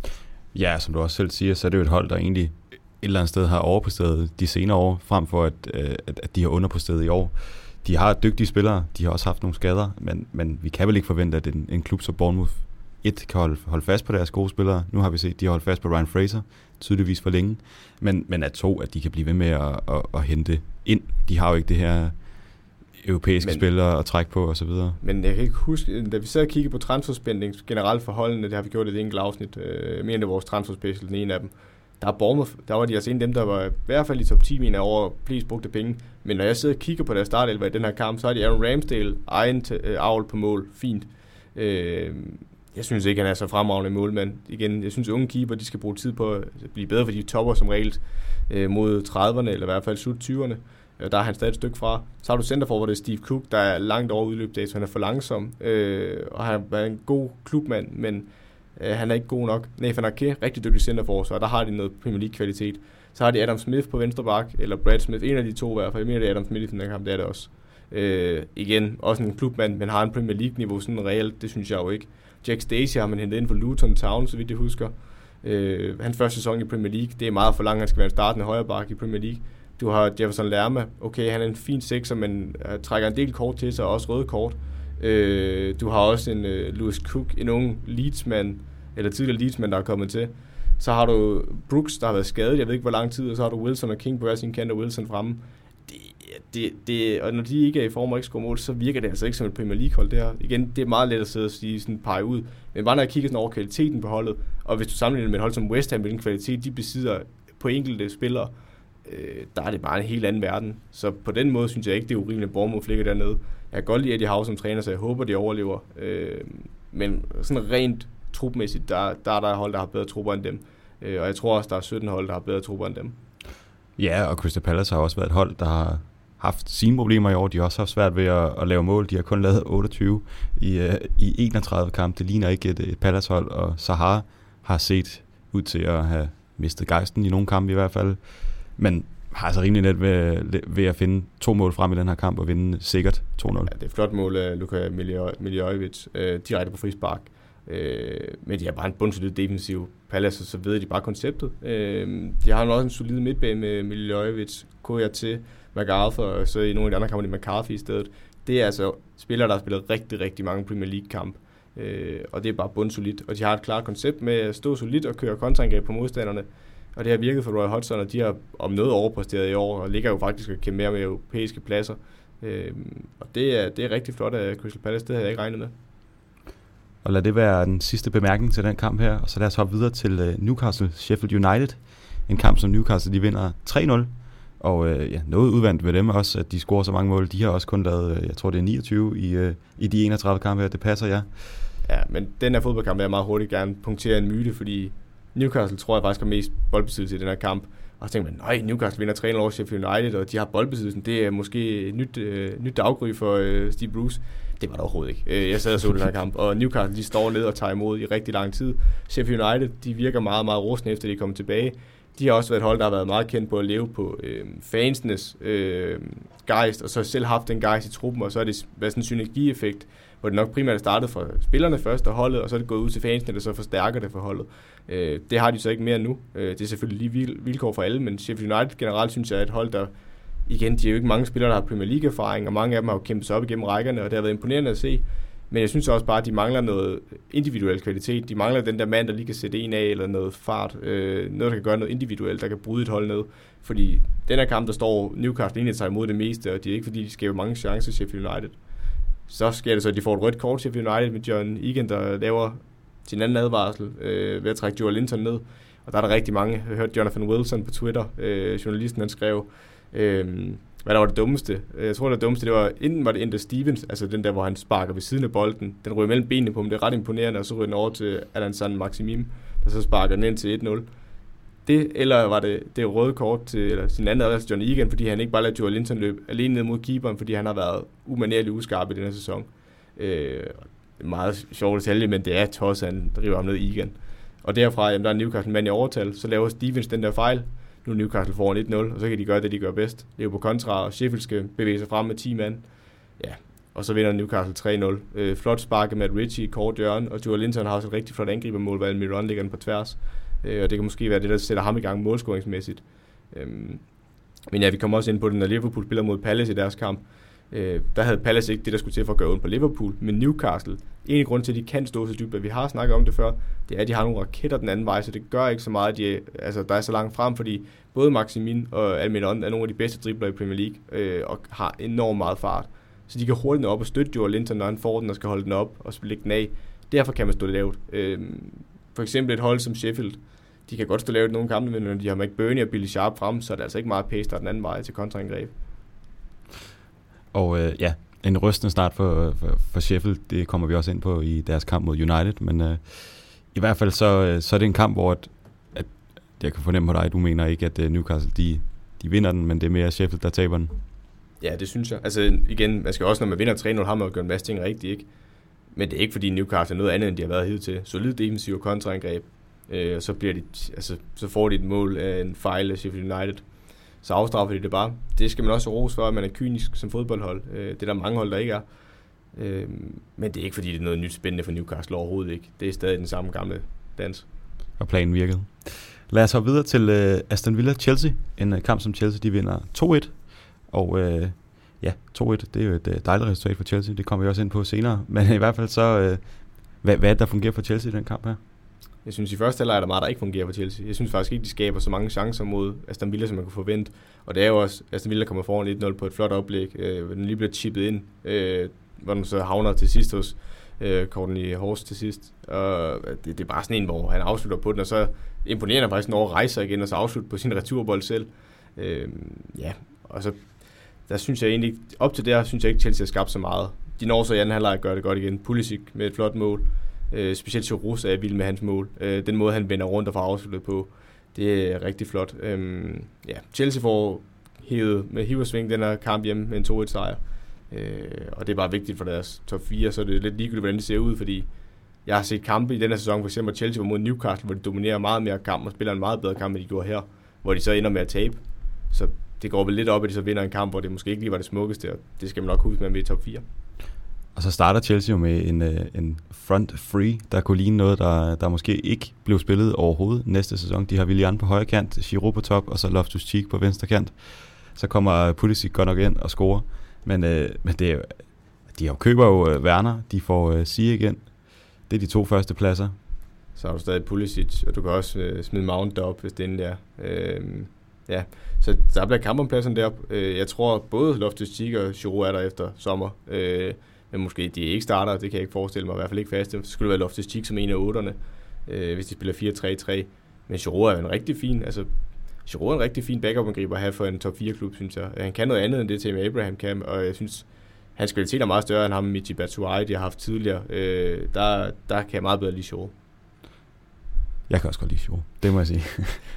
A: Ja, som du også selv siger, så er det jo et hold, der egentlig et eller andet sted har overpræsteret de senere år, frem for at, at, at de har underpræsteret i år. De har dygtige spillere, de har også haft nogle skader, men, men vi kan vel ikke forvente, at en, en klub som Bournemouth et kan holde, holde fast på deres gode spillere. Nu har vi set, de har holdt fast på Ryan Fraser, tydeligvis for længe, men, men at to, at de kan blive ved med at, at, at hente ind. De har jo ikke det her europæiske men, spillere at trække på og så videre.
B: Men jeg kan ikke huske, da vi sad og kiggede på transferspænding generelt for holdene, det har vi gjort i et enkelt afsnit, øh, mere end det vores transferspecial, den ene af dem. Der er Bournemouth, der var de altså en af dem, der var i hvert fald i top ti, mener over flest brugte penge. Men når jeg sidder og kigger på deres startelver i den her kamp, så har de Aaron Ramsdale, egen øh, avl på mål, fint. Øh, jeg synes ikke, han er så fremragende målmand. Igen, jeg synes, unge keeper, de skal bruge tid på at blive bedre, for de topper som regel øh, mod trediverne, eller i hvert fald slut tyverne. Der er han stadig et stykke fra. Så har du centerfor, hvor det er Steve Cook, der er langt over udløbsdato. Han er for langsom, øh, og han er en god klubmand, men øh, han er ikke god nok. Nathan Ake, rigtig dygtig centerforsvar, og der har de noget Premier League-kvalitet. Så har de Adam Smith på venstre bak, eller Brad Smith, en af de to i hvert fald. Jeg mener, det er Adam Smith i den her kamp, det er det også. Øh, igen, også en klubmand, men har en Premier League-niveau sådan reelt, det synes jeg jo ikke. Jack Stacey har man hentet ind for Luton Town, så vidt jeg husker. Øh, hans første sæson i Premier League, det er meget for langt, han skal være en startende højre bak i Premier League. Du har Jefferson Lerma. Okay, han er en fin sekser, men uh, trækker en del kort til sig, og også røde kort. Uh, du har også en uh, Lewis Cook, en ung Leeds-mand, eller tidligere Leeds-mand, der er kommet til. Så har du Brooks, der har været skadet, jeg ved ikke hvor lang tid, og så har du Wilson og King på hver sin kant, og Wilson fremme. Det, det, det, og når de ikke er i form og ikke scorer mål, så virker det altså ikke som et Premier League-hold, det her. Igen, det er meget let at sidde og sige, sådan pege ud. Men bare når jeg kigger sådan over kvaliteten på holdet, og hvis du sammenligner med et hold som West Ham, hvilken kvalitet de besidder på enkelte spillere, øh, der er det bare en helt anden verden. Så på den måde synes jeg ikke, det er urimeligt, at Bournemouth ligger dernede. Jeg kan godt lide Eddie Howe som træner, så jeg håber, de overlever. Øh, men sådan rent trupmæssigt, der, der er der hold, der har bedre trupper end dem. Øh, og jeg tror også, der er sytten hold, der har bedre trupper end dem.
A: Ja, og Crystal Palace har også været et hold, der har haft sine problemer i år. De har også haft svært ved at, at lave mål. De har kun lavet otteogtyve i, uh, i enogtredive kampe. Det ligner ikke et, et Palace-hold, og Zaha har set ud til at have mistet gejsten i nogle kampe i hvert fald. Men har altså rimelig let ved, ved at finde to mål frem i den her kamp og vinde sikkert to nul.
B: Ja, det er et flot mål af Luka Miljojevic, øh, direkte på frispark. Øh, men de har bare en bundsolid defensiv Palace, så ved de bare konceptet. Øh, de har også en solid midtbane med Miljojevic, Koyate, MacArthur, og så i nogle af de andre kampe, de McCarthy i stedet. Det er altså spillere, der har spillet rigtig, rigtig mange Premier League-kampe. Øh, og det er bare bundsolidt. Og de har et klart koncept med at stå solidt og køre kontraangreb på modstanderne. Og det har virket for Roy Hodgson, og de har om noget overpræsteret i år, og ligger jo faktisk og kæmpe mere med europæiske pladser. Øh, og det er, det er rigtig flot af Crystal Palace, det havde jeg ikke regnet med.
A: Og lad det være den sidste bemærkning til den kamp her, og så lad os hoppe videre til Newcastle Sheffield United. En kamp, som Newcastle de vinder tre nul. Og øh, ja, noget udvandt ved dem også, at de scorer så mange mål. De har også kun lavet, jeg tror det er niogtyve i, øh, i de enogtredive kampe her. Det passer, ja.
B: Ja, men den her fodboldkamp vil jeg meget hurtigt gerne punktere en myte, fordi Newcastle tror jeg faktisk har mest boldbesiddelse i den her kamp. Og så tænker man, nej, Newcastle vinder tre nul over Sheffield United, og de har boldbesiddelsen. Det er måske nyt, øh, nyt daggry for øh, Steve Bruce. Det var det overhovedet ikke. Øh, jeg sad og så den her kamp, og Newcastle de står ned og tager imod i rigtig lang tid. Sheffield United, de virker meget, meget rustne efter de er kommet tilbage. De har også været et hold, der har været meget kendt på at leve på øh, fansenes øh, gejst, og så selv haft den gejst i truppen, og så har det været sådan en synergieffekt, hvor det nok primært startede fra spillerne først og holdet, og så er det gået ud til fansene, der så forstærker det for holdet. Øh, det har de så ikke mere nu. Øh, det er selvfølgelig lige vilkår for alle, men Sheffield United generelt synes jeg er et hold, der igen, de er jo ikke mange spillere, der har Premier League-erfaring, og mange af dem har jo kæmpet sig op igennem rækkerne, og det har været imponerende at se. Men jeg synes også bare, at de mangler noget individuel kvalitet. De mangler den der mand, der lige kan sætte en af, eller noget fart. Øh, noget, der kan gøre noget individuelt, der kan bryde et hold ned. Fordi den her kamp, der står Newcastle egentlig tager imod det meste, og det er ikke fordi, de skaber mange chancer Sheffield United. Så sker det så, at de får et rødt kort Sheffield United med John Egan, der laver sin anden advarsel øh, ved at trække Joe Linton ned. Og der er der rigtig mange. Jeg har hørt Jonathan Wilson på Twitter, øh, journalisten, han skrev, øh, hvad der var det dummeste. Jeg tror, det dummeste, det var, enten var det Ender Stevens, altså den der, hvor han sparker ved siden af bolden. Den ryger mellem benene på ham, det er ret imponerende, og så ryger den over til Alan San Maximim, der så sparker den ind til et nul. Det, eller var det det røde kort til eller sin anden adresse, John Egan, fordi han ikke bare lader Joe Linton løbe alene ned mod keeperen, fordi han har været umanerligt uskarp i den her sæson. Øh, meget sjovt detalje, men det er tosset, han driver ham ned i Egan. Og derfra, jamen, der er Newcastle mand i overtal, så laver Stevens den der fejl. Nu er Newcastle foran et nul, og så kan de gøre det, de gør bedst. Leve på kontra, og Sheffield skal bevæge sig frem med ti mand. Ja, og så vinder Newcastle tre nul. Øh, flot sparket med Richie, kort hjørne, og Joe Linton har også et rigtig flot angribermål, hvor Almiron ligger den på tværs. Øh, og det kan måske være det, der sætter ham i gang målscoringsmæssigt. Øh, men ja, vi kommer også ind på det, når Liverpool spiller mod Palace i deres kamp. Øh, der havde Palace ikke det, der skulle til for at gøre ondt på Liverpool, men Newcastle, en grund til, at de kan stå så dybt, at vi har snakket om det før, det er, at de har nogle raketter den anden vej, så det gør ikke så meget, at de, altså, der er så langt frem, fordi både Maximin og Almiron er nogle af de bedste dribler i Premier League, øh, og har enormt meget fart. Så de kan hurtigt nå op og støtte Joe Linton, når han får den og skal holde den op og lægge den af. Derfor kan man stå lavt. Øh, for eksempel et hold som Sheffield, de kan godt stå lavt i nogle kampe, men når de har McBurney og Billy Sharp frem, så er det altså ikke meget pace, der er den anden vej til kontraangreb.
A: Og øh, ja, en rystende start for, for, for Sheffield, det kommer vi også ind på i deres kamp mod United, men øh, i hvert fald så, så er det en kamp, hvor at, at jeg kan fornemme på dig, du mener ikke, at Newcastle de, de vinder den, men det er mere Sheffield, der taber den. Ja,
B: det synes jeg. Altså igen, man skal også, når man vinder tre nul, har man jo gjort en masse ting rigtigt, ikke? Men det er ikke fordi Newcastle er noget andet, end de har været hidtil. Solid defensiv og kontraangreb, øh, så, bliver de, altså, så får de et mål af en fejl af Sheffield United. Så afstraffer de det bare. Det skal man også rose for, at man er kynisk som fodboldhold. Det er der mange hold, der ikke er. Men det er ikke, fordi det er noget nyt spændende for Newcastle overhovedet ikke. Det er stadig den samme gamle dans.
A: Og planen virkede. Lad os hoppe videre til Aston Villa-Chelsea. En kamp, som Chelsea de vinder to et. Og øh, ja, to et, det er jo et dejligt resultat for Chelsea. Det kommer vi også ind på senere. Men i hvert fald så, øh, hvad, hvad er det, der fungerer for Chelsea i den kamp her?
B: Jeg synes, i første halvleg er der meget, der ikke fungerer for Chelsea. Jeg synes faktisk ikke, de skaber så mange chancer mod Aston Villa, som man kunne forvente. Og det er jo også, Aston Villa kommer foran et nul på et flot oplæg, øh, den lige bliver chippet ind, øh, hvor den så havner til sidst hos øh, Courtney Horst til sidst. Og det, det er bare sådan en, hvor han afslutter på den, og så imponerer han faktisk, når han rejser igen, og så afslutter på sin returbold selv. Øh, ja, og så der synes jeg egentlig, op til der synes jeg ikke, Chelsea har skabt så meget. De når så i anden halvleg gør det godt igen. Pulisic med et flot mål. Øh, specielt Giroud er jeg vild med hans mål. Øh, den måde, han vender rundt og får afsluttet på, det er rigtig flot. Øh, ja, Chelsea får hævet med hiv og sving den her kamp hjemme med en to et sejr. Øh, og det er bare vigtigt for deres top fire, så det er lidt ligegyldigt, hvordan det ser ud, fordi jeg har set kampe i denne sæson, for eksempel Chelsea var mod Newcastle, hvor de dominerer meget mere kamp og spiller en meget bedre kamp, end de gjorde her, hvor de så ender med at tabe. Så det går vel lidt op, at de så vinder en kamp, hvor det måske ikke lige var det smukkeste, og det skal man nok huske med med i top fire.
A: Og så starter Chelsea jo med en, en front free, der kunne ligne noget, der, der måske ikke blev spillet overhovedet næste sæson. De har Willian på højre kant, Giroud på top, og så Loftus-Cheek på venstre kant. Så kommer Pulisic godt nok ind og scorer. Men, øh, men det er jo, de har køber jo øh, Werner, de får øh, Sige igen. Det er de to første pladser.
B: Så har du stadig Pulisic, og du kan også øh, smide Mount derop, hvis det endelig er. Øh, ja, så der bliver kamp om pladsen deroppe. Øh, jeg tror, både Loftus-Cheek og Giroud er der efter sommer. Øh, men måske de ikke starter, det kan jeg ikke forestille mig, i hvert fald ikke faste. Så skulle det være Loftus-Cheek som en af otterne, øh, hvis de spiller fire tre tre. Men Giroud er en rigtig fin, altså Giroud er en rigtig fin backup-angriber at have for en top fire klub, synes jeg. Han kan noget andet end det, Tammy Abraham kan, og jeg synes, hans kvalitet er meget større end ham med Michy Batshuayi, de har haft tidligere. Øh, der, der kan jeg meget bedre lide Giroud.
A: Jeg kan også godt lide Giroud, det må jeg sige.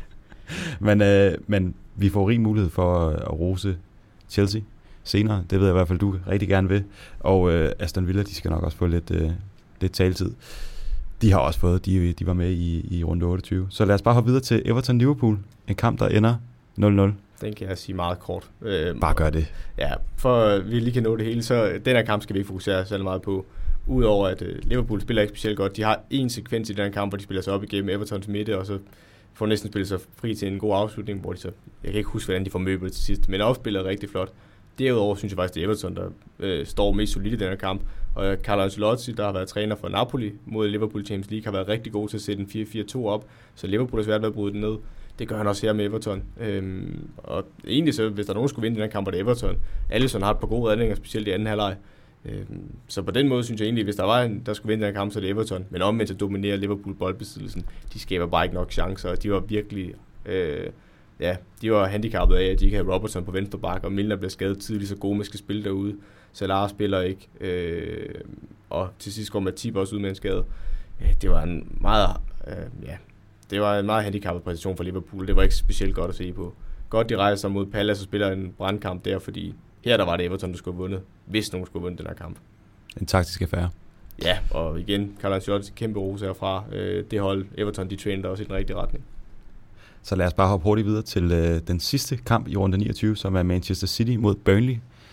A: men, øh, men vi får rig mulighed for at rose Chelsea senere, det ved jeg i hvert fald, du rigtig gerne vil. Og øh, Aston Villa, de skal nok også få lidt, øh, lidt taletid. De har også fået, de, de var med i, i runde otteogtyve. Så lad os bare hoppe videre til Everton-Liverpool. En kamp, der ender nul nul.
B: Den kan jeg sige meget kort. Øhm,
A: bare gør det.
B: Ja, for vi lige kan nå det hele, så den her kamp skal vi ikke fokusere særlig meget på. Udover at øh, Liverpool spiller ikke specielt godt. De har en sekvens i den her kamp, hvor de spiller sig op igennem Evertons midte, og så får næsten spillet sig fri til en god afslutning, hvor de så, jeg kan ikke huske, hvordan de får møblet til sidst, men afspillet er rigtig flot. Derudover synes jeg faktisk, det er Everton, der øh, står mest solidt i den her kamp. Og Carlo Ancelotti, der har været træner for Napoli mod Liverpool Champions League, har været rigtig god til at sætte en fire fire to op. Så Liverpool har svært ved at bryde den ned. Det gør han også her med Everton. Øhm, og egentlig så, hvis der er nogen, der skulle vinde den her kamp, er det Everton. Alisson har et par gode redninger, specielt i anden halvleg. Øhm, så på den måde synes jeg egentlig, hvis der var en, der skulle vinde den her kamp, så er det Everton. Men omvendt så dominerer Liverpool boldbesiddelsen. De skaber bare ikke nok chancer, og de var virkelig... Øh, Ja, de var handicappet af, at de ikke havde Robertson på venstre bak, og Milner blev skadet tidligt, så Gomez skal spille derude. Salah spiller ikke, øh, og til sidst går Matip også ud med en skade. Det var en meget, øh, ja, det var en meget handicappet præstation for Liverpool. Det var ikke specielt godt at se på. Godt, de rejser sig mod Palace og spiller en brandkamp der, fordi her der var det Everton, der skulle have vundet, hvis nogen skulle have vundet den her kamp.
A: En taktisk affære.
B: Ja, og igen, Carlo Ancelotti, kæmpe rose herfra. Øh, det hold, Everton, de trænede også i den rigtige retning.
A: Så lad os bare hoppe hurtigt videre til øh, den sidste kamp i runde niogtyve, som er Manchester City mod Burnley.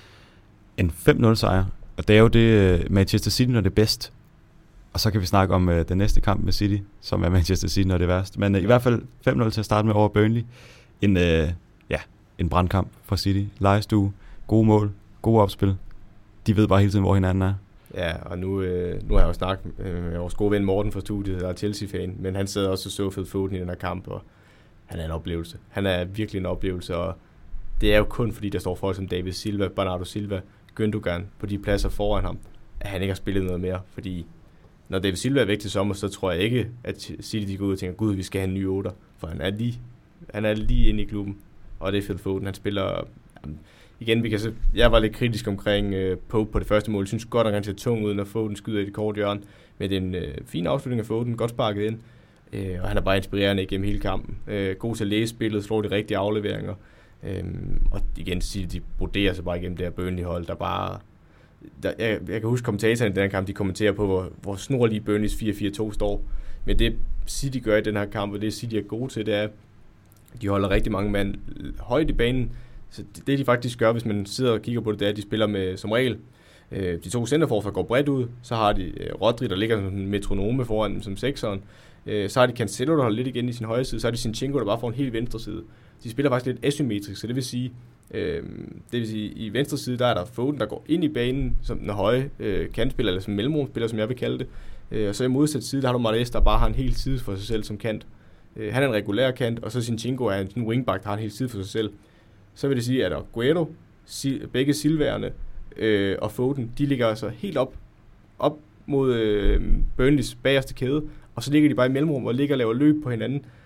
A: En fem nul sejr, og det er jo det uh, Manchester City, når det er bedst. Og så kan vi snakke om uh, den næste kamp med City, som er Manchester City, når det er værst. Men uh, i hvert fald fem nul til at starte med over Burnley. En, uh, ja, en brandkamp for City. Lejestue, gode mål, gode opspil. De ved bare hele tiden, hvor hinanden er.
B: Ja, og nu, øh, nu har jeg jo snakket med vores gode ven Morten fra studiet, der er Chelsea-fan, men han sidder også og så Phil Foden i den her kamp, og han er en oplevelse. Han er virkelig en oplevelse, og det er jo kun fordi, der står folk som David Silva, Bernardo Silva, Gündogan på de pladser foran ham, at han ikke har spillet noget mere, fordi når David Silva er væk til sommer, så tror jeg ikke, at City de går ud og tænker, gud, vi skal have en ny otter, for han er lige, han er lige inde i klubben, og det er Phil Foden, han spiller... Jamen, igen, vi kan se, jeg var lidt kritisk omkring uh, Pope på det første mål. Jeg synes godt, at han ser tung ud, når Foden skyder i det korte hjørne. Men det er en uh, fin afslutning af Foden, godt sparket ind. Uh, og han er bare inspirerende igennem hele kampen. Uh, god til at læse spillet, slår de rigtige afleveringer. Uh, og igen, de broderer sig bare igennem det her Burnley-hold, der bare... Der, jeg, jeg kan huske kommentatorerne i den her kamp, de kommenterer på, hvor, hvor snorlige Burnleys fire fire to står. Men det City gør i den her kamp, og det City er gode til, det er, de holder rigtig mange mand højt i banen. Så det de faktisk gør, hvis man sidder og kigger på det, det er, at de spiller med som regel. Øh, de to centerforsvar går bredt ud, så har de øh, Rodri, der ligger som en metronome foran dem som sekseren. Øh, så har de Cancelo, der holder lidt igen i sin højre side, så har de Zinchenko, der bare får en helt venstre side. De spiller faktisk lidt asymmetrisk, så det vil sige, øh, det vil sige, i venstre side, der er der Foden, der går ind i banen som den høje øh, kantspiller, eller som mellemrumspiller, som jeg vil kalde det. Øh, og så i modsat side, der har du Mahrez, der bare har en hel side for sig selv som kant. Øh, han er en regulær kant, og så Zinchenko er en wingback, der har en hel side for sig selv. Så vil det sige, at Aguero, begge Silverne øh, og Foden, de ligger altså helt op, op mod øh, Burnleys bagerste kæde, og så ligger de bare i mellemrum og ligger og laver løb på hinanden.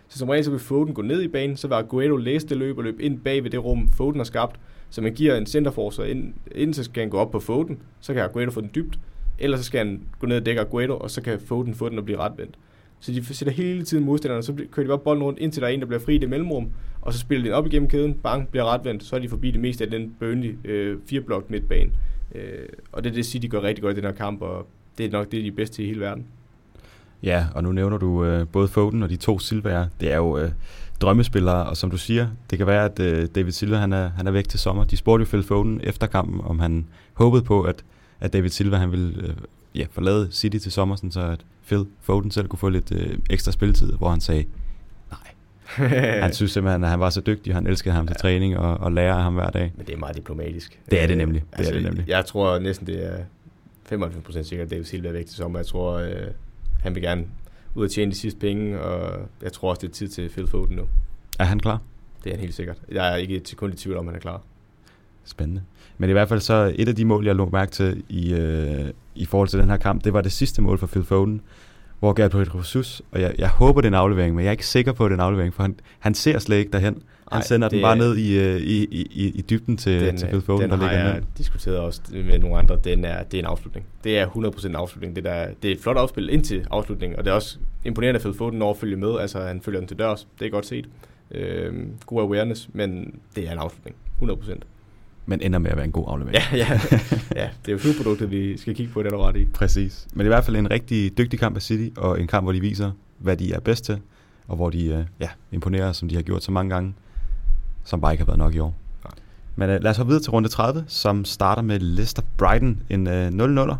B: Så som regel så vil Foden gå ned i banen, så vil Aguero læse det løb og løbe ind bag ved det rum, Foden har skabt. Så man giver en centerforcer ind, inden så skal han gå op på Foden, så kan Aguero få den dybt, eller så skal han gå ned og dække Aguero, og så kan Foden få den og blive retvendt. Så de sætter hele tiden modstanderne, så kører de bare bolden rundt, indtil der er en, der bliver fri i det mellemrum, og så spiller de den op igennem kæden, bang, bliver retvendt, så er de forbi det meste af den Burnley øh, fireblok midtbane. Øh, og det er det, City gør rigtig godt i den her kamp, og det er nok det, de er bedste i hele verden.
A: Ja, og nu nævner du øh, både Foden og de to Silvaer. Det er jo øh, drømmespillere, og som du siger, det kan være, at øh, David Silva han er, han er væk til sommer. De spurgte jo Phil Foden efter kampen, om han håbede på, at, at David Silva han ville øh, ja, forlade City til sommer, sådan så at Phil Foden selv kunne få lidt øh, ekstra spilletid, hvor han sagde nej. Han synes simpelthen, at han var så dygtig, og han elskede ham til ja. træning og, og lærer af ham hver dag.
B: Men det er meget diplomatisk.
A: Det er det nemlig. Det
B: altså,
A: er det nemlig.
B: Jeg tror næsten, det er femoghalvfems procent sikkert, at David Silva er væk til sommer. Jeg tror, øh, han vil gerne ud at tjene de sidste penge, og jeg tror også, det er tid til Phil Foden nu.
A: Er han klar?
B: Det er han helt sikkert. Jeg er ikke et sekund i tvivl om, han er klar.
A: Spændende. Men i hvert fald så et af de mål, jeg lå mærke til i, øh, i forhold til den her kamp, det var det sidste mål for Phil Foden, hvor Gabriel Jesus, og jeg, jeg håber, det er en aflevering, men jeg er ikke sikker på, at det er en aflevering, for han, han ser slet ikke derhen. Han Ej, sender den bare ned i, i, i, i, i dybden til,
B: den,
A: til Phil Foden,
B: den
A: der ligger
B: Den har jeg diskuteret også med nogle andre. Den er, det er en afslutning. Det er hundrede procent en afslutning. Det, der, det er et flot afspil indtil afslutningen, og det er også imponerende, at Phil Foden når at følge med. Altså, han følger den til dørs. Det er godt set. Øh, god awareness, men det er en afslutning. hundrede procent.
A: Men ender med at være en god aflevering.
B: Ja, ja. ja det er jo slutproduktet, vi skal kigge på, det er der ret i.
A: Præcis. Men i hvert fald en rigtig dygtig kamp af City, og en kamp, hvor de viser, hvad de er bedst til, og hvor de øh, ja, imponerer, som de har gjort så mange gange, som bare ikke har været nok i år. Nej. Men øh, lad os hoppe videre til runde tredive, som starter med Leicester Brighton, en øh, nul-nuller.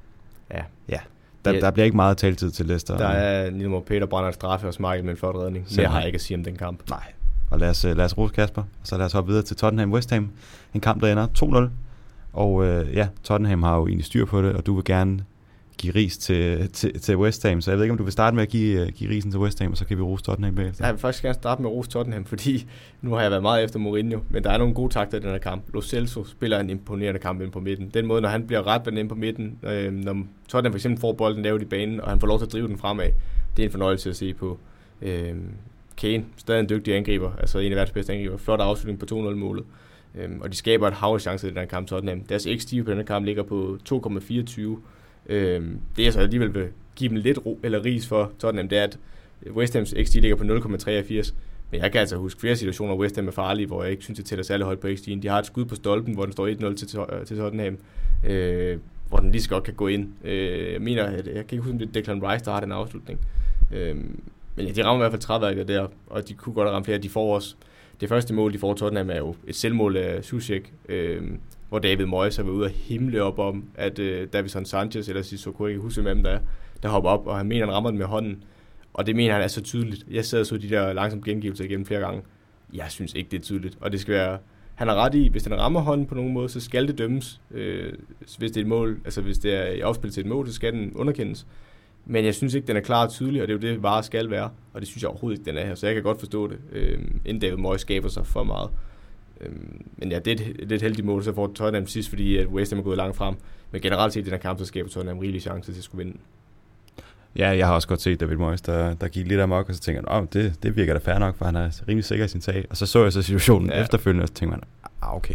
B: Ja.
A: Ja. Der, ja. der bliver ikke meget taltid til Leicester.
B: Der er Nilmo Peter brænder en straffe og Schmeichel med en flot redning. Så jeg har ikke at sige om den kamp.
A: Nej. Og lad os, lad os rose Kasper, og så lad os hoppe videre til Tottenham West Ham. En kamp, der ender to-nul. Og øh, ja, Tottenham har jo egentlig styr på det, og du vil gerne give ris til, til, til West Ham. Så jeg ved ikke, om du vil starte med at give, uh, give risen til West Ham, og så kan vi rose Tottenham bagefter.
B: Jeg vil faktisk gerne starte med at rose Tottenham, fordi nu har jeg været meget efter Mourinho, men der er nogle gode takter i den her kamp. Lo Celso spiller en imponerende kamp ind på midten. Den måde, når han bliver retvendt ind på midten, øh, når Tottenham for eksempel får bolden lavt i banen, og han får lov til at drive den fremad, det er en fornøjelse at se på. Øh, Kane, stadig en dygtig angriber, altså en af verdens bedste angriber. Flot afslutning på to-nul-målet. Øhm, og de skaber et hav af chancer i den her kamp, Tottenham. Deres X G på den her kamp ligger på to komma fireogtyve. Øhm, det er så alligevel vil give dem lidt ro eller ris for Tottenham, det er, at West Hams X G ligger på nul komma treogfirs. Men jeg kan altså huske flere situationer, hvor West Ham er farlige, hvor jeg ikke synes, det tæller særlig højt på X G'en. De har et skud på stolpen, hvor den står et nul til, til Tottenham, øh, hvor den lige så godt kan gå ind. Øh, jeg mener, at jeg kan ikke huske, om det er Declan Rice, der har den afslutning. Øh, Men ja, de rammer i hvert fald træværket der, og de kunne godt have ramt flere. De får også, det første mål, de får Tottenham, er jo et selvmål af Soucek, øh, hvor David Moyes har været ude og himle op om, at øh, Davison Sanchez, eller Sissoko, jeg kan huske hvem der er, der hopper op, og han mener, han rammer den med hånden. Og det mener han er så tydeligt. Jeg sad og så de der langsomt gengivelser igennem flere gange. Jeg synes ikke, det er tydeligt, og det skal være... Han har ret i, hvis den rammer hånden på nogen måde, så skal det dømmes. Øh, hvis det er et mål, altså hvis det er i afspil til et mål, så skal den underkendes. Men jeg synes ikke, den er klar og tydelig, og det er jo det, VAR skal være. Og det synes jeg overhovedet ikke, den er her. Så jeg kan godt forstå det, øh, inden David Moyes skaber sig for meget. Øh, men ja, det er, et, det er et heldigt mål, så får Tottenham sidst, fordi at West Ham er gået langt frem. Men generelt set i den her kamp, så skaber Tottenham rigelig chance til at skulle vinde.
A: Ja, jeg har også godt set David Moyes, der, der gik lidt amok, og så tænker jeg, det, det virker da fair nok, for han er rimelig sikker i sin sag. Og så så jeg så situationen ja. efterfølgende, og så tænker man, ah, okay,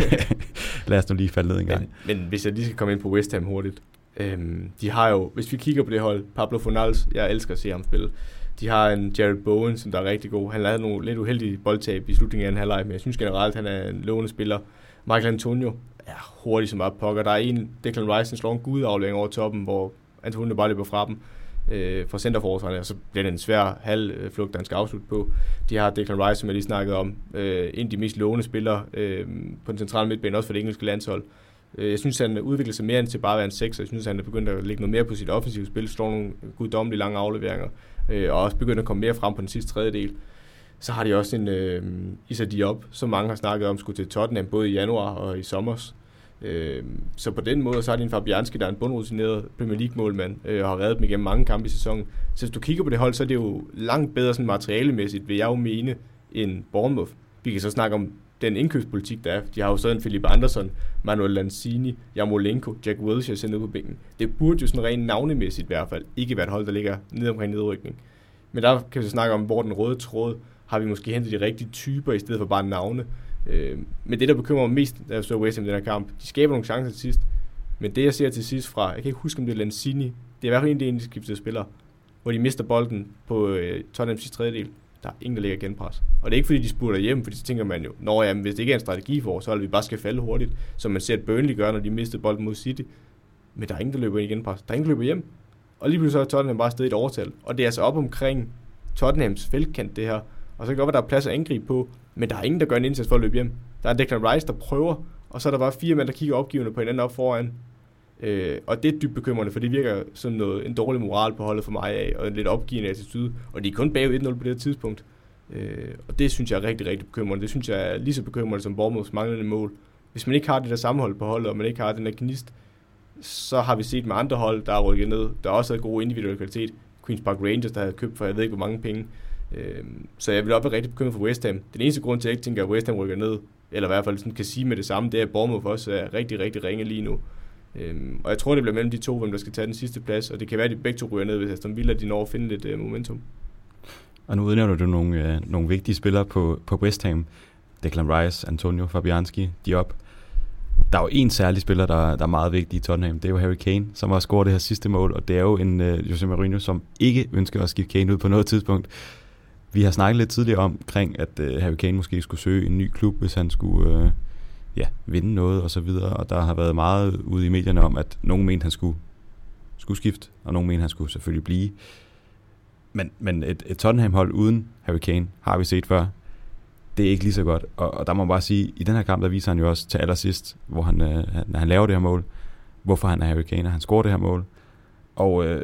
A: lad os nu lige falde ned en gang.
B: Men, men hvis jeg lige skal komme ind på West Ham hurtigt, øhm, de har jo, hvis vi kigger på det hold, Pablo Fornals, jeg elsker at se ham spille. De har en Jared Bowen, som der er rigtig god. Han lavede nogle lidt uheldige boldtab i slutningen af en halvleg, men jeg synes generelt, han er en lovende spiller. Michael Antonio er hurtig som op pokker. Der er en, Declan Rice, slår en gudaflevering over toppen, hvor Antonio bare løber fra dem. Øh, fra centerforsvarerne, og så bliver det en svær halvflugt, der han skal afslutte på. De har Declan Rice, som jeg lige snakkede om, øh, en af de mest lovende spillere øh, på den centrale midtbane, også for det engelske landshold. Øh, jeg synes, han udvikler sig mere end til bare at være en sekser. Jeg synes, han er begyndt at lægge noget mere på sit offensive spil, slår nogle guddommelige lange afleveringer, øh, og også begyndt at komme mere frem på den sidste tredjedel. Så har de også en øh, Issa Diop, som mange har snakket om, skulle til Tottenham, både i januar og i sommers. Øh, så på den måde, så har de en Fabianski, der er en bundrutineret Premier League-målmand, øh, og har reddet dem igennem mange kampe i sæsonen. Så hvis du kigger på det hold, så er det jo langt bedre sådan materialemæssigt, vil jeg jo mene, end Bournemouth. Vi kan så snakke om den indkøbspolitik, der er. De har jo sådan Philip Anderson, Manuel Lanzini, Yarmolenko, Jack Wilshere sendt ud på bænken. Det burde jo sådan rent navnemæssigt i hvert fald ikke være et hold, der ligger nede omkring nedrykning. Men der kan vi snakke om, hvor den røde tråd har vi måske hentet de rigtige typer, i stedet for bare navne. Øh, men det, der bekymrer mig mest, da jeg så West Ham i den her kamp, de skaber nogle chancer til sidst. Men det, jeg ser til sidst fra, jeg kan ikke huske, om det er Lanzini, det er i hvert fald en af de skiftede spillere, hvor de mister bolden på øh, Tottenhams sidste tredjedel. Der er ingen, der ligger genpres. Og det er ikke, fordi de spurter hjem, fordi så tænker man jo, når jamen, hvis det ikke er en strategi for, så er det, vi bare skal falde hurtigt, som man ser, at Burnley gør, når de mister bolden mod City. Men der er ingen, der løber ind i genpres. Der er ingen, der løber hjem. Og lige pludselig så er Tottenham bare stadig et overtal. Og det er altså op omkring Tottenhams feltkant, det her. Og så kan det godt være, der er plads at angribe på, men der er ingen, der gør en indsats for at løbe hjem. Der er Declan Rice, der prøver, og så er der bare fire mænd, der kigger opgivende på hinanden op foran. Øh, og det er dybt bekymrende, for det virker som noget, en dårlig moral på holdet for mig af, og en lidt opgivende attitude. Og de er kun bagud et nul på det her tidspunkt. Øh, og det synes jeg er rigtig, rigtig bekymrende. Det synes jeg er lige så bekymrende som Bournemouths manglende mål. Hvis man ikke har det der sammenhold på holdet, og man ikke har den der gnist, så har vi set med andre hold, der er rykket ned, der også havde god individuel kvalitet. Queen's Park Rangers, der havde købt for jeg ved ikke hvor mange penge. Øh, så jeg vil også være rigtig bekymret for West Ham. Den eneste grund til, at jeg ikke tænker, at West Ham rykker ned, eller i hvert fald sådan kan sige med det samme, det er, at Bournemouth også er rigtig, rigtig ringe lige nu. Øhm, og jeg tror, det bliver mellem de to, hvem der skal tage den sidste plads, og det kan være, at de begge to ryger ned, hvis Aston Villa de når at finde lidt øh, momentum.
A: Og nu udnævner du nogle, øh, nogle vigtige spillere på, på West Ham. Declan Rice, Antonio Fabianski, Diop. Der er jo en særlig spiller, der, der er meget vigtig i Tottenham. Det er jo Harry Kane, som har scoret det her sidste mål, og det er jo en øh, Jose Mourinho, som ikke ønsker at skifte Kane ud på noget tidspunkt. Vi har snakket lidt tidligere omkring, at øh, Harry Kane måske skulle søge en ny klub, hvis han skulle øh, ja, vinde noget og så videre, og der har været meget ude i medierne om, at nogen mente, han skulle, skulle skifte, og nogen mente, han skulle selvfølgelig blive. Men, men et, et Tottenham-hold uden Harry Kane har vi set før. Det er ikke lige så godt, og, og der må man bare sige, i den her kamp, der viser han jo også til allersidst, hvor han, øh, når han laver det her mål, hvorfor han er Harry Kane, og han scorer det her mål. Og øh,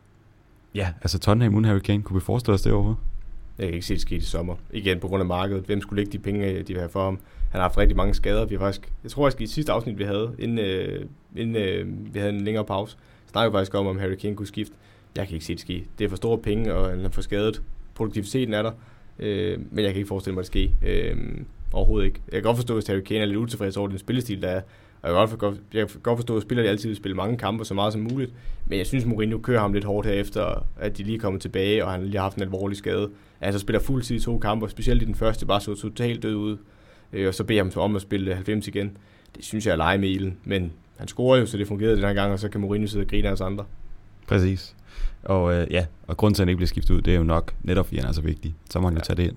A: ja, altså Tottenham uden Harry Kane, kunne vi forestille os det overhovedet?
B: Jeg kan ikke se det ske i sommer. Igen på grund af markedet. Hvem skulle lægge de penge, de vil have for ham? Han har haft rigtig mange skader. Vi har faktisk, jeg tror faktisk i sidste afsnit, vi havde, inden, øh, inden øh, vi havde en længere pause, snakkede vi faktisk om, om Harry Kane kunne skifte. Jeg kan ikke se det ske. Det er for store penge, og han er for skadet. Produktiviteten er der. Øh, men jeg kan ikke forestille mig, at det ske. Øh, overhovedet ikke. Jeg kan godt forstå, at Harry Kane er lidt utilfreds over den spillestil, der er. Og jeg kan godt, jeg kan godt forstå, at spillerne altid vil spille mange kampe så meget som muligt. Men jeg synes, Mourinho kører ham lidt hårdt her efter, at de lige er kommet tilbage, og han lige har haft en alvorlig skade. Han så spiller fuldtid i to kampe, specielt i den første, bare så totalt død ud. Øh, og så beder ham så om at spille halvfems igen. Det synes jeg er lege med ilden. Men han scorer jo, så det fungerede den her gang, og så kan Mourinho sidde og grine af os andre.
A: Præcis. Og øh, ja, og grunden til, at han ikke bliver skiftet ud, det er jo nok netop, fordi han er så vigtig. Så må han jo tage det ind.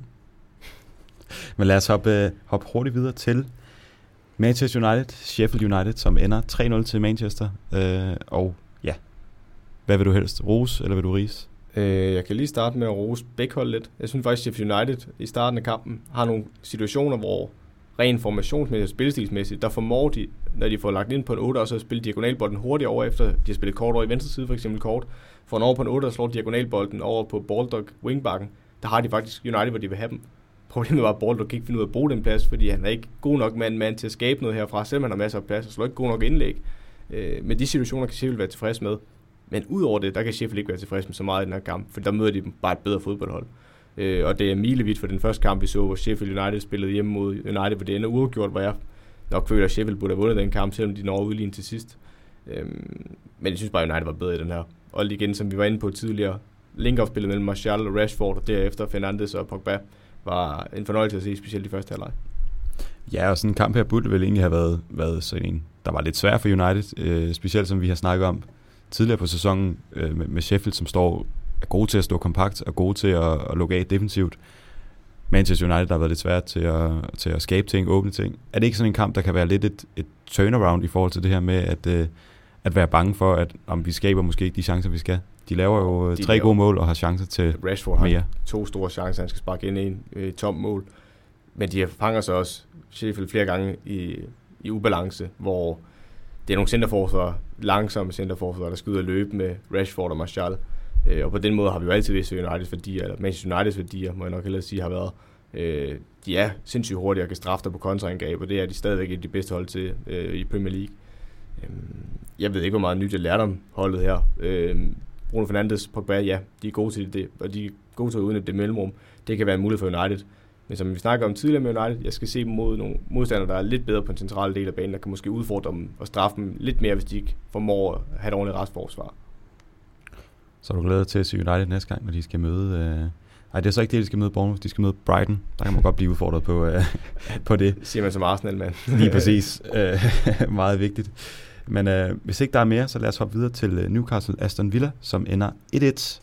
A: Men lad os hoppe, hoppe hurtigt videre til Manchester United, Sheffield United, som ender tre nul til Manchester. Øh, og ja, hvad vil du helst? Rose, eller vil du rise?
B: Øh, jeg kan lige starte med at rose begge hold lidt. Jeg synes faktisk, at Sheffield United i starten af kampen har nogle situationer, hvor rent formationsmæssigt og spillestilsmæssigt, der formår de, når de får lagt ind på en otter, og så spiller diagonalbolden hurtigt over, efter de har spillet kort over i venstre side, for eksempel kort, får en over på en otter og slår diagonalbolden over på Baldock wingbacken. Der har de faktisk United, hvor de vil have dem. Problemet var, at Baldock ikke finde ud af at bruge den plads, fordi han er ikke god nok mand-mand til at skabe noget herfra, selvom han har masser af plads, og slår ikke god nok indlæg. Øh, men de situationer kan Sheffield være tilfreds med. Men udover det, der kan Sheffield ikke være tilfreds med så meget i den her kamp, for der møder de bare et bedre fodboldhold. Øh, og det er milevidt for den første kamp, vi så, hvor Sheffield United spillede hjemme mod United, hvor det ender uafgjort, hvor jeg nok føler, at Sheffield burde have vundet den kamp, selvom de når udlignet til sidst. Øh, men jeg synes bare, at United var bedre i den her. Og igen, som vi var inde på tidligere, link-off-spillet mellem Martial og Rashford, og derefter Fernandes og Pogba, var en fornøjelse at se, specielt i første halvleg.
A: Ja, og sådan en kamp her burde vel egentlig have været, været sådan en, der var lidt svær for United, øh, specielt som vi har snakket om tidligere på sæsonen øh, med, med Sheffield, som står er gode til at stå kompakt og gode til at, at lukke af defensivt. Manchester United, der har været lidt svært til at, til at skabe ting, åbne ting. Er det ikke sådan en kamp, der kan være lidt et, et turnaround i forhold til det her med at, øh, at være bange for, at om vi skaber måske ikke de chancer, vi skal? De laver jo de tre laver. gode mål og har chancer til
B: Rashford
A: mere.
B: Har to store chancer, han skal sparke ind i en øh, tom mål. Men de fanger sig også Sheffield flere gange i, i ubalance, hvor det er nogle centerforsvar, langsomme centerforsvar, der skal ud og løbe med Rashford og Martial. Øh, og på den måde har vi jo altid vidst, at Uniteds værdier, eller Manchester Uniteds værdier, må jeg nok hellere sige, har været. Øh, de er sindssygt hurtige og kan straffe dig på kontraangreb, og det er de stadigvæk et de bedste hold til øh, i Premier League. Øh, jeg ved ikke, hvor meget nyt jeg lærte om holdet her. Øh, Bruno Fernandes, Pogba, ja, de er gode til det, og de er gode til at udnytte det mellemrum. Det kan være en mulighed for United. Men som vi snakker om tidligere med United, jeg skal se dem mod nogle modstandere, der er lidt bedre på en central del af banen, der kan måske udfordre dem og straffe dem lidt mere, hvis de ikke formår at have et ordentligt restforsvar.
A: Så er du glædet til at se United næste gang, når de skal møde... Øh... Ej, det er så ikke det, de skal møde Bournemouth. De skal møde Brighton. Der kan man godt blive udfordret på, øh, på det.
B: Siger man som Arsenal-mand.
A: Lige præcis. Øh, meget vigtigt. Men øh, hvis ikke der er mere, så lad os hoppe videre til Newcastle Aston Villa, som ender et et.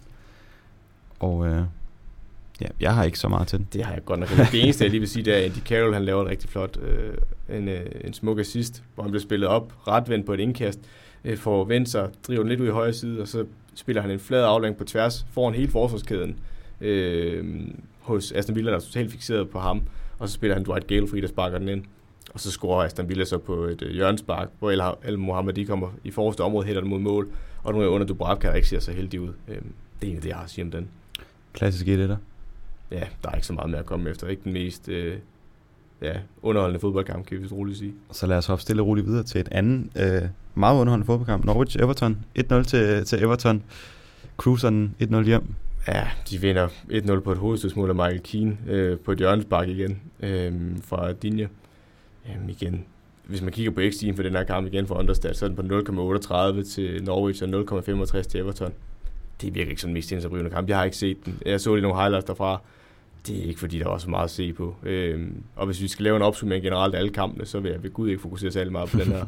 A: Og øh, ja, jeg har ikke så meget til den.
B: Det har jeg godt nok. Det eneste, jeg lige vil sige, det er, at Andy Carroll, han laver et rigtig flot, øh, en, øh, en smuk assist, hvor han bliver spillet op, retvendt på et indkast, øh, får vendt sig, driver den lidt ud i højre side, og så spiller han en flad aflæng på tværs foran hele forsvarskæden øh, hos Aston Villa, der er totalt fikseret på ham, og så spiller han Dwight Gale fri, der sparker den ind. Og så scorer Aston Villa så på et øh, hjørnespark, hvor El, El Mohammadi kommer i forreste område, hætter den mod mål, og nu er under Dubravka, der ikke ser så heldig ud. Øh, det er en af det, jeg har at sige om den.
A: Klassisk et etter.
B: Ja, der er ikke så meget med at komme efter. Ikke den mest øh, ja, underholdende fodboldkamp, kan vi roligt sige.
A: Så lad os hoppe stille og roligt videre til et andet øh, meget underholdende fodboldkamp. Norwich-Everton. et nul til, til Everton. Cruiseren et nul hjem.
B: Ja, de vinder et nul på et hovedstødsmål af Michael Keane øh, på et hjørnespark igen øh, fra Digne. Jamen igen, hvis man kigger på X G'en for den her kamp igen for Understat, så er den på nul komma otteogtredive til Norwich og nul komma femogtres til Everton. Det virker ikke som den mest indsabrivende kamp. Jeg har ikke set den. Jeg så lige nogle highlights derfra. Det er ikke fordi, der var så meget at se på. Øhm, og hvis vi skal lave en opsummering generelt af alle kampene, så vil jeg ved Gud ikke fokusere særlig meget på den her.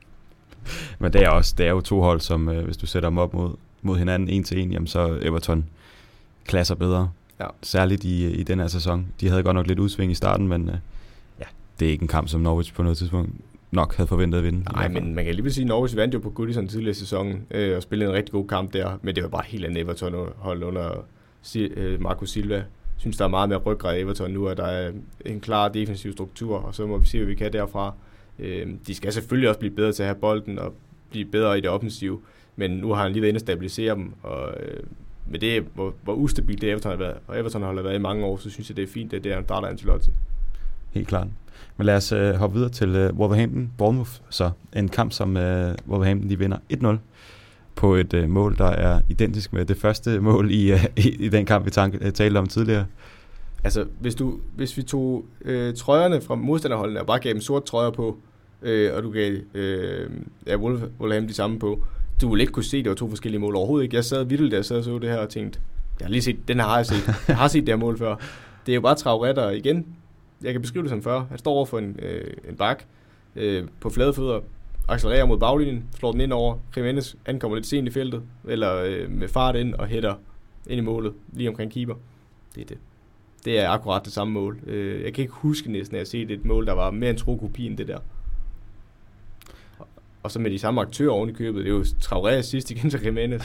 A: Men det er, også, det er jo to hold, som øh, hvis du sætter dem op mod, mod hinanden en til en, jamen så Everton klasser bedre. Ja. Særligt i, i den her sæson. De havde godt nok lidt udsving i starten, men øh, ja, det er ikke en kamp, som Norwich på noget tidspunkt nok havde forventet at vinde.
B: Nej, men man kan lige sige, at Norwich vandt jo på Goodison tidligere i sæsonen øh, og spillede en rigtig god kamp der, men det var bare helt andet Everton-hold under øh, Marco Silva. Jeg synes, der er meget mere ryggrad i Everton nu, og der er en klar defensiv struktur, og så må vi se, hvad vi kan derfra. Øh, de skal selvfølgelig også blive bedre til at have bolden og blive bedre i det offensive, men nu har han lige været inde og stabilisere dem, og øh, med det, hvor, hvor ustabilt det Everton har været, og Everton har været i mange år, så synes jeg, det er fint, at det er en starter Ancelotti.
A: Helt klart. Men lad os øh, hoppe videre til øh, Wolverhampton Bournemouth. Så en kamp, som øh, Wolverhampton de vinder et nul på et øh, mål, der er identisk med det første mål i, øh, i, i den kamp, vi tank, talte om tidligere.
B: Altså, hvis, du, hvis vi tog øh, trøjerne fra modstanderholdene og bare gav dem sort trøjer på, øh, og du gav øh, ja, Wolverhampton de samme på, du ville ikke kunne se, at det var to forskellige mål overhovedet ikke. Jeg sad vildt, der sad og så det her og tænkte, jeg har lige set, den her har jeg set. Jeg har set det her mål før. Det er jo bare Traoré, der igen, jeg kan beskrive det som før. Han står over for en, øh, en bak øh, på flade fødder, accelererer mod baglinjen, slår den ind over. Jimenez ankommer lidt sent i feltet, eller øh, med fart ind og hætter ind i målet, lige omkring keeper. Det er det. Det er akkurat det samme mål. Øh, jeg kan ikke huske næsten, at jeg har set et mål, der var mere en tro kopi end det der. Og så med de samme aktører oven i købet. Det er jo Traoré sidst igen til Jimenez.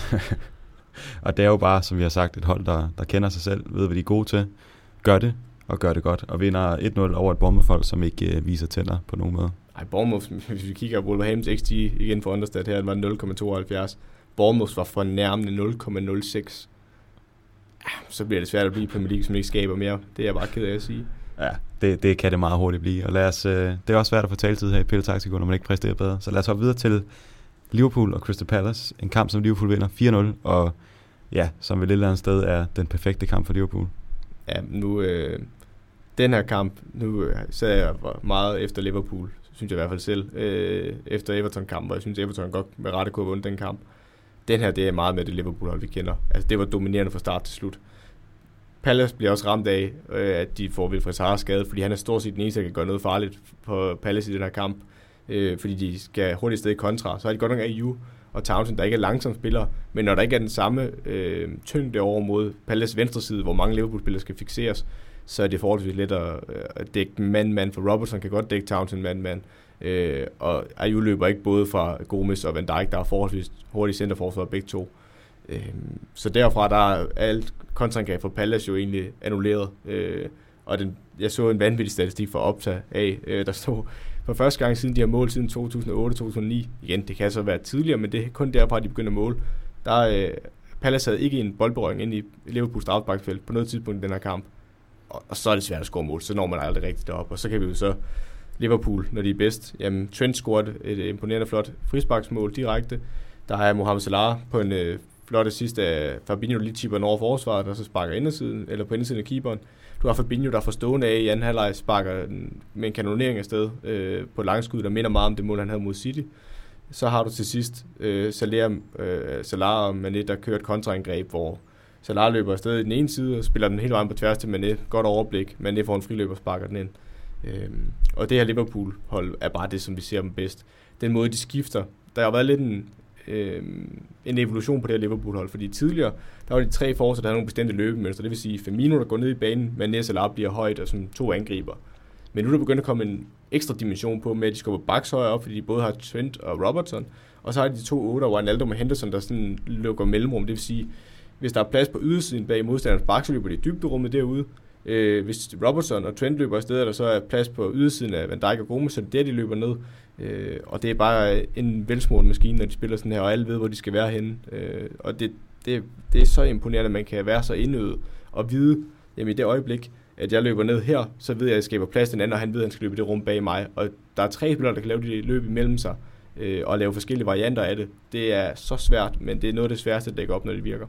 A: Og det er jo bare, som vi har sagt, et hold, der, der kender sig selv, ved hvad de er gode til, gør det, og gør det godt, og vinder et nul over et Bournemouth-folk, som ikke øh, viser tænder på nogen måde.
B: Ej, Bournemouth, hvis vi kigger på Wolverhamptons X G igen for Understat her, var nul komma tooghalvfjerds. Bournemouth var fornærmende nul komma nul seks. Ja, så bliver det svært at blive på en League, som ikke skaber mere. Det er jeg bare ked af at sige.
A: Ja, det, det kan det meget hurtigt blive. Og lad os, øh, det er også svært at få taletid her i Pille Taktiko, når man ikke præsterer bedre. Så lad os hoppe videre til Liverpool og Crystal Palace. En kamp, som Liverpool vinder fire nul, og ja, som ved et eller andet sted er den perfekte kamp for Liverpool.
B: Ja, nu... Øh Den her kamp, nu sad jeg meget efter Liverpool, synes jeg i hvert fald selv, øh, efter Everton-kampen, og jeg synes, Everton godt med rette kunne have vundet den kamp. Den her, det er meget med det Liverpool-hold, vi kender. Altså, det var dominerende fra start til slut. Palace bliver også ramt af, øh, at de får Wilfried Zaha skadet, fordi han er stort set den eneste, der kan gøre noget farligt for Palace i den her kamp, øh, fordi de skal hurtigt sted i kontra. Så har de godt nok A U og Townsend, der ikke er langsomme spillere, men når der ikke er den samme øh, tyngde over mod Palace venstre side, hvor mange Liverpool-spillere skal fikseres, så er det forholdsvis let at, at dække mand-mand, for Robertson kan godt dække Townsend mand-mand, øh, og Ayew løber ikke både fra Gomes og Van Dijk, der er forholdsvis hurtigt centerforsvar begge to. Øh, så derfra der er alt kontrangreb for Palace jo egentlig annulleret, øh, og den, jeg så en vanvittig statistik for Opta af, øh, der stod for første gang siden de har mål siden to tusind og otte til to tusind og ni, igen, det kan så være tidligere, men det er kun derfra, de begynder at måle, der øh, Palace havde ikke en boldberøring ind i Liverpools straffesparksfelt på noget tidspunkt i den her kamp. Og så er det svært at score mål, så når man aldrig rigtigt derop. Og så kan vi jo så Liverpool, når de er bedst. Jamen, Trent scorede et imponerende flot frisparksmål direkte. Der har jeg Mohamed Salah på en øh, flot assist af Fabinho, lige chipper over forsvaret, og så sparker indersiden, eller på indersiden af keeperen. Du har Fabinho, der får stående af i anden halvleg, sparker med en kanonering af sted øh, på langskud, der minder meget om det mål, han havde mod City. så har du til sidst øh, Salah, øh, Salah og Mané, der kører et kontraangreb, hvor Salah løber afsted i den ene side og spiller den hele vejen på tværs til Mané. Godt overblik. Mané får en friløb og sparker den ind. Øhm, og det her Liverpool-hold er bare det, som vi ser dem bedst. Den måde, de skifter. Der har været lidt en, øhm, en evolution på det her Liverpool-hold, fordi tidligere, der var de tre forsvar, der havde nogle bestemte løbemønstre. Det vil sige, Firmino, der går ned i banen, Mané og Salah bliver højt og som to angriber. Men nu er der begyndt at komme en ekstra dimension på, med at de skubber backs højere op, fordi de både har Trent og Robertson, og så har de de to otter, Wijnaldum og Henderson, der sådan lukker mellemrum. Det vil sige, hvis der er plads på ydersiden bag modstanderens bak, så løber de i dybderummet derude. Øh, hvis Robertson og Trent løber afsted, og der så er plads på ydersiden af Van Dijk og Gomez, så det er der, de løber ned. Øh, og det er bare en velsmurt maskine, når de spiller sådan her, og alle ved, hvor de skal være henne. Øh, og det, det, det er så imponerende, at man kan være så indøvet og vide, jamen i det øjeblik, at jeg løber ned her, så ved jeg, at jeg skaber plads til den anden, og han ved, at han skal løbe i det rum bag mig. Og der er tre spillere, der kan lave de løb imellem sig, øh, og lave forskellige varianter af det. Det er så svært, men det er noget af det sværeste at dække op, når det virker.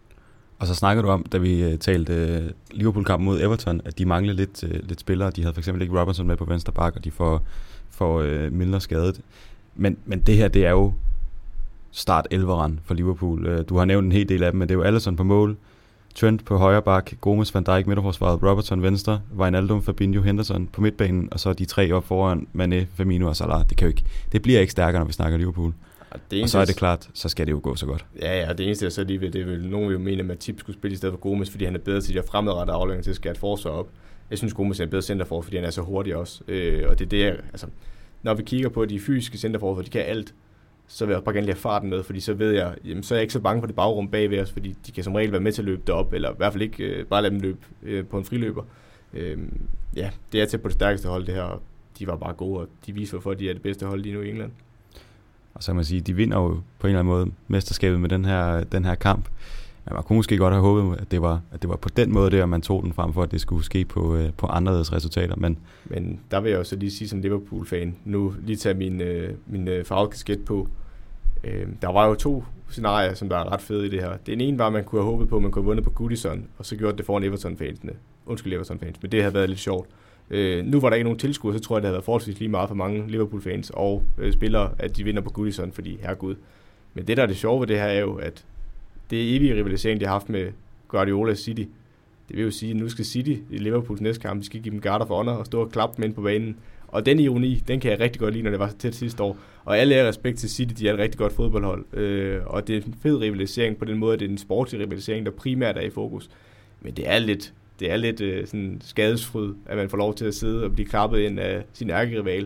A: Og så snakkede du om, da vi talte Liverpool-kampen mod Everton, at de manglede lidt, lidt spillere. De havde for eksempel ikke Robertson med på venstre bak, og de får, får uh, Milner skadet. Men, men det her, det er jo start elveren for Liverpool. Du har nævnt en hel del af dem, men det er jo Alisson på mål, Trent på højre bak, Gomez, Van Dijk midterforsvaret, Robertson venstre, Wijnaldum, Fabinho, Henderson på midtbanen, og så de tre op foran Mané, Firmino og Salah. Det, kan jo ikke, det bliver ikke stærkere, når vi snakker Liverpool. Og, og så er det klart, så skal det jo gå så godt.
B: Ja, ja, det eneste jeg så lige ved, det vil nogen vil jo mene, at Matip skulle spille i stedet for Gomez, fordi han er bedre til de her fremadrettede afleveringer til at skære et forsvar op. Jeg synes, Gomez er en bedre centerfor, fordi han er så hurtig også. Øh, og det er det, altså, når vi kigger på de fysiske centerfor, de kan alt, så vil jeg bare gerne lige have farten med, fordi så ved jeg, jamen, så er jeg ikke så bange for det bagrum bagved os, fordi de kan som regel være med til at løbe derop, eller i hvert fald ikke øh, bare lade dem løbe øh, på en friløber. Øh, ja, det er til på det stærkeste hold, det her, og de var bare gode, og de viser, hvorfor de er det bedste hold lige nu i England.
A: Og så kan man sige, de vinder jo på en eller anden måde mesterskabet med den her, den her kamp. Men man kunne måske godt have håbet, at det var, at det var på den måde der, man tog den frem for, at det skulle ske på, øh, på anderledes resultater. Men,
B: Men der vil jeg også lige sige som Liverpool-fan, nu lige tage min, øh, min øh, farvekasket på. Øh, der var jo to scenarier, som der er ret fede i det her. Den ene var, at man kunne have håbet på, at man kunne have vundet på Goodison, og så gjort det foran Everton-fansene. Undskyld Everton-fans, men det havde været lidt sjovt. Øh, nu var der ikke nogen tilskuere, så tror jeg, det havde været forholdsvis lige meget for mange Liverpool-fans og øh, spillere, at de vinder på Goodison, fordi herregud. Men det, der er det sjove ved det her, er jo, at det evige rivalisering, de har haft med Guardiola City, det vil jo sige, at nu skal City i Liverpools næste kamp, de skal give dem Guard of Honor og stå og klappe dem ind på banen. Og den ironi, den kan jeg rigtig godt lide, når det var så tæt sidste år. Og alle er respekt til City, de er et rigtig godt fodboldhold. Øh, og det er en fed rivalisering på den måde, at det er en sportslig rivalisering, der primært er i fokus. Men det er lidt... Det er lidt øh, sådan skadesfryd, at man får lov til at sidde og blive klappet ind af sin ærkerival.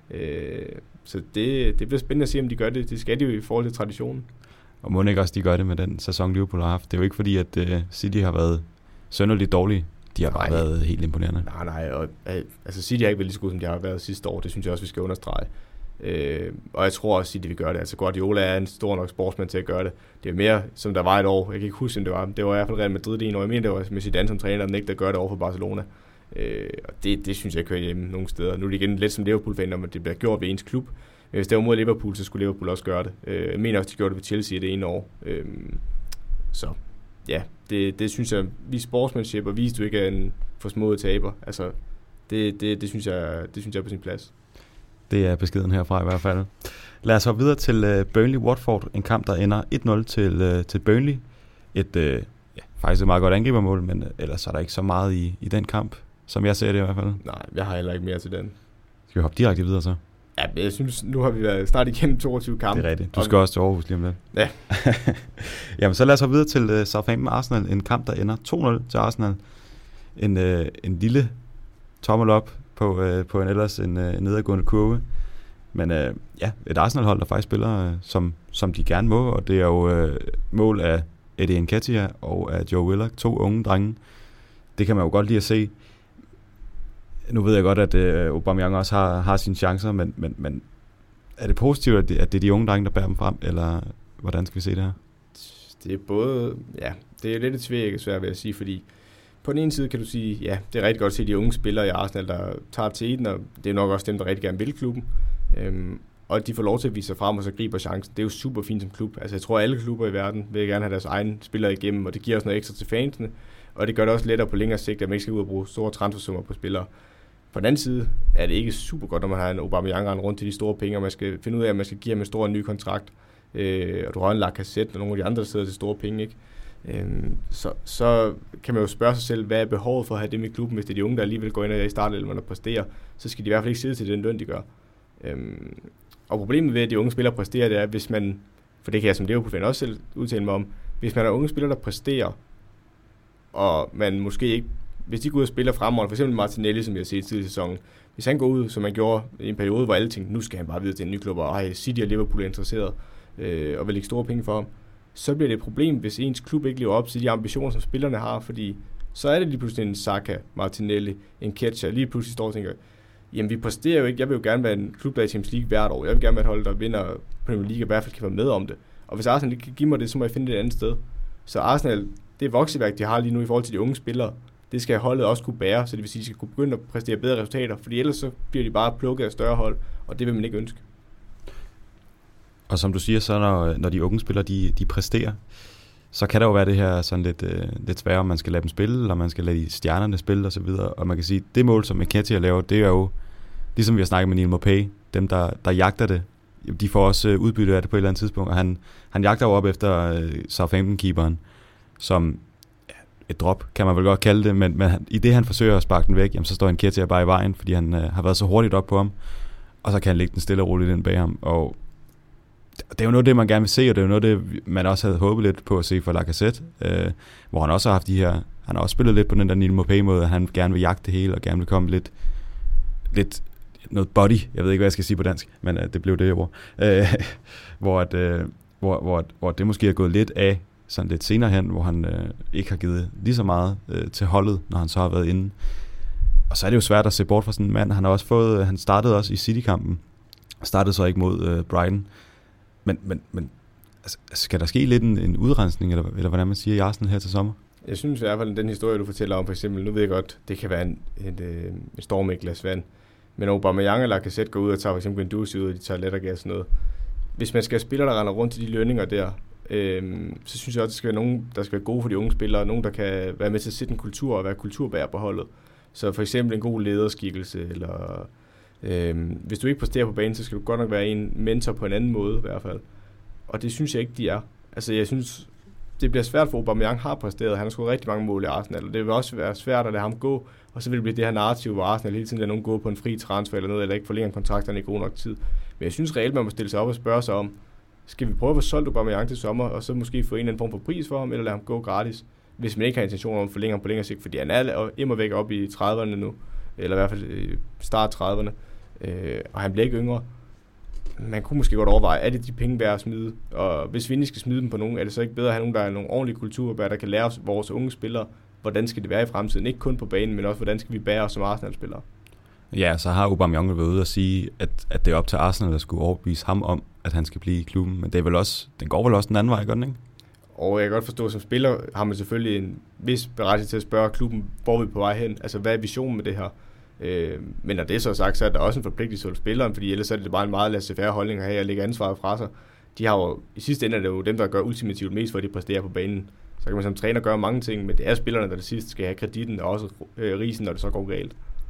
B: Øh, så det, det bliver spændende at se, om de gør det. Det skal de jo i forhold til traditionen.
A: Og må ikke også de gør det med den sæson, Liverpool har haft. Det er jo ikke fordi, at uh, City har været sønderligt dårlige. De har bare nej. været helt imponerende.
B: Nej, nej. Og, altså City har ikke været lige så god, som de har været sidste år. Det synes jeg også, vi skal understrege. Øh, og jeg tror også, at de vil gøre det. Altså Guardiola er en stor nok sportsmand til at gøre det. Det er mere, som der var et år. Jeg kan ikke huske, om det var. Det var i hvert fald Real Madrid det ene år. Jeg mener, det var med Zidane som træner, der ikke der gør det over for Barcelona. Øh, og det, det synes jeg ikke hører hjemme nogen steder. Nu er det igen lidt som Liverpool-fan, om at det bliver gjort ved ens klub. Men hvis det var mod Liverpool, så skulle Liverpool også gøre det. Øh, jeg mener også, de gjorde det ved Chelsea det ene år. Øh, så ja, det, det synes jeg, vi sportsmanship, og vis du ikke er en forsmået taber. Altså, det, det, det, synes jeg, det synes jeg er på sin plads.
A: Det er beskeden herfra i hvert fald. Lad os hoppe videre til uh, Burnley-Watford. En kamp, der ender et nul til, uh, til Burnley. Et uh, ja, faktisk et meget godt angribermål, men uh, ellers er der ikke så meget i, i den kamp, som jeg ser det i hvert fald.
B: Nej, jeg har heller ikke mere til den.
A: Skal vi hoppe direkte videre så?
B: Ja, jeg synes, nu har vi været snart igennem toogtyve kampe.
A: Det er rigtigt. Du skal også til Aarhus lige om lidt.
B: Ja.
A: Jamen, så lad os hoppe videre til uh, Southampton-Arsenal. En kamp, der ender to nul til Arsenal. En, uh, en lille tommel op på, øh, på en ellers en, øh, en nedadgående kurve. Men øh, ja, et Arsenal-hold, der faktisk spiller, øh, som, som de gerne må, og det er jo øh, mål af Eddie Nketiah og af Joe Willock, to unge drenge. Det kan man jo godt lide at se. Nu ved jeg godt, at øh, Aubameyang også har, har sine chancer, men, men, men er det positivt, at det, at det er de unge drenge, der bærer dem frem, eller hvordan skal vi se det her?
B: Det er både, ja, det er lidt et svært svært ved at sige, fordi på den ene side kan du sige, ja, det er rigtig godt at se de unge spillere i Arsenal, der tager til den, og det er nok også dem, der rigtig gerne vil klubben. Øhm, og de får lov til at vise sig frem, og så griber chancen. Det er jo super fint som klub. Altså jeg tror, at alle klubber i verden vil gerne have deres egne spillere igennem, og det giver også noget ekstra til fansene. Og det gør det også lettere på længere sigt, at man ikke skal ud og bruge store transfersummer på spillere. På den anden side er det ikke super godt, når man har en Aubameyang rende rundt til de store penge, og man skal finde ud af, at man skal give ham en stor ny kontrakt. Øh, og du har en Lacazette og nogle af de andre, der sidder til store penge, ikke? Øh, så, så kan man jo spørge sig selv, hvad er behovet for at have det med klubben, hvis det er de unge, der alligevel går ind og i startelveren og præsterer, så skal de i hvert fald ikke sidde til den løn, de gør. Øh, og problemet ved, at de unge spillere præsterer, det er, hvis man, for det kan jeg som Liverpool-fan også selv udtale mig om, hvis man er unge spillere, der præsterer, og man måske ikke, hvis de går ud og spiller fremover, for eksempel Martinelli, som jeg har set tidligere i sæsonen, hvis han går ud, som han gjorde i en periode, hvor alle tænkte, nu skal han bare videre til en ny klub, og ej, City og Liverpool er interesseret, øh, og vil lægge store penge for ham, så bliver det et problem, hvis ens klub ikke lever op til de ambitioner, som spillerne har, fordi så er det lige pludselig en Saka, Martinelli, en Ketcher, lige pludselig står og tænker, jamen vi præsterer jo ikke, jeg vil jo gerne være en klub, der er i Champions League hvert år, jeg vil gerne være et hold, der vinder Premier League, og i hvert fald kan være med om det, og hvis Arsenal ikke kan give mig det, så må jeg finde det et andet sted. Så Arsenal, det vokseværk, de har lige nu i forhold til de unge spillere, det skal holdet også kunne bære, så det vil sige, at de skal kunne begynde at præstere bedre resultater, fordi ellers så bliver de bare plukket af større hold, og det vil man ikke ønske.
A: Og som du siger, så når, når de unge spillere, de, de præsterer, så kan der jo være det her sådan lidt, øh, lidt svære, om man skal lade dem spille, eller man skal lade de stjernerne spille osv. Og man kan sige, det mål, som Nketiah laver, det er jo, ligesom vi har snakket med Neil Maupay, dem, der, der jagter det, de får også udbytte af det på et eller andet tidspunkt, og han, han jagter jo op efter øh, Southampton-keeperen, som et drop, kan man vel godt kalde det, men, men i det, han forsøger at sparke den væk, jamen, så står Nketiah bare i vejen, fordi han øh, har været så hurtigt op på ham, og så kan han lægge den stille og roligt ind bag ham, og det er jo noget det, man gerne vil se, og det er jo noget det, man også havde håbet lidt på at se for Lacazette, øh, hvor han også har haft de her, han har også spillet lidt på den der Neil Maupay-måde, at han gerne vil jagte det hele, og gerne vil komme lidt, lidt noget body, jeg ved ikke, hvad jeg skal sige på dansk, men øh, det blev det ord, øh, hvor, at, øh, hvor, hvor, hvor det måske er gået lidt af, sådan lidt senere hen, hvor han øh, ikke har givet lige så meget øh, til holdet, når han så har været inde. Og så er det jo svært at se bort fra sådan en mand. Han har også fået, han startede også i City-kampen, startede så ikke mod øh, Brighton. Men, men, men altså, skal der ske lidt en, en udrensning, eller, eller hvordan man siger i Arsenal her til sommer?
B: Jeg synes i hvert fald, den historie, du fortæller om, for eksempel, nu ved jeg godt, det kan være en, en, en storm i et glas vand, men Aubameyang eller Lacazette går ud og tager for eksempel Guendouzi ud, og de tager lettergas og sådan noget. Hvis man skal have spillere, der render rundt til de lønninger der, øhm, så synes jeg også, at der skal være nogen, der skal være gode for de unge spillere, nogen, der kan være med til at sætte en kultur og være kulturbærer på holdet. Så for eksempel en god lederskikkelse, eller øhm, hvis du ikke præsterer på banen, så skal du godt nok være en mentor på en anden måde i hvert fald. Og det synes jeg ikke, de er. Altså jeg synes, det bliver svært for Aubameyang har præsteret. Han har scoret rigtig mange mål i Arsenal, og det vil også være svært at lade ham gå. Og så vil det blive det her narrativ, hvor Arsenal hele tiden lader nogen gå på en fri transfer eller noget, eller ikke forlænger kontrakterne i god nok tid. Men jeg synes reelt, man må stille sig op og spørge sig om, skal vi prøve at få solgt Aubameyang til sommer, og så måske få en eller anden form for pris for ham, eller lade ham gå gratis, hvis man ikke har intention om at forlænge ham på længere sigt, fordi han er immer væk op i trediverne nu, eller i hvert fald start trediverne, øh, og han bliver ikke yngre. Man kunne måske godt overveje, er det de penge værd at smide, og hvis vi ikke skal smide dem på nogen, er det så ikke bedre at have nogen, der er nogle ordentlige kulturbærere, der kan lære os, vores unge spillere, hvordan skal det være i fremtiden, ikke kun på banen, men også hvordan skal vi bære os som Arsenal-spillere. Ja,
A: så har Aubameyang været ude at sige, at, at det er op til Arsenal, der skulle overbevise ham om, at han skal blive i klubben, men det er vel også, den går vel også den anden vej, gør den ikke?
B: Og jeg kan godt forstå, at som spiller har man selvfølgelig en vis berettigelse til at spørge klubben, hvor vi er på vej hen, altså hvad er visionen med det her? Øh, men når det er så sagt, så er der også en forpligtelse hos spilleren, fordi ellers er det bare en meget laissez-faire holdning at have at lægge ansvaret fra sig. De har jo, i sidste ende er det jo dem, der gør ultimativt mest for, at de præsterer på banen. Så kan man som træner gøre mange ting, men det er spillerne, der det sidste skal have kreditten og også øh, risen, når det så går galt.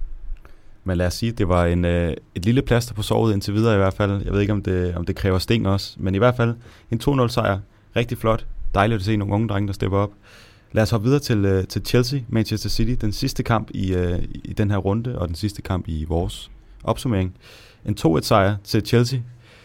A: Men lad os sige, at det var en, øh, et lille plaster på såret indtil videre i hvert fald. Jeg ved ikke, om det, om det kræver sting også, men i hvert fald en to nul sejr. Rigtig flot. Dejligt at se nogle unge drenge, der stepper op. Lad os hoppe videre til, øh, til Chelsea, Manchester City. Den sidste kamp i, øh, i den her runde, og den sidste kamp i vores opsummering. En to et sejr til Chelsea.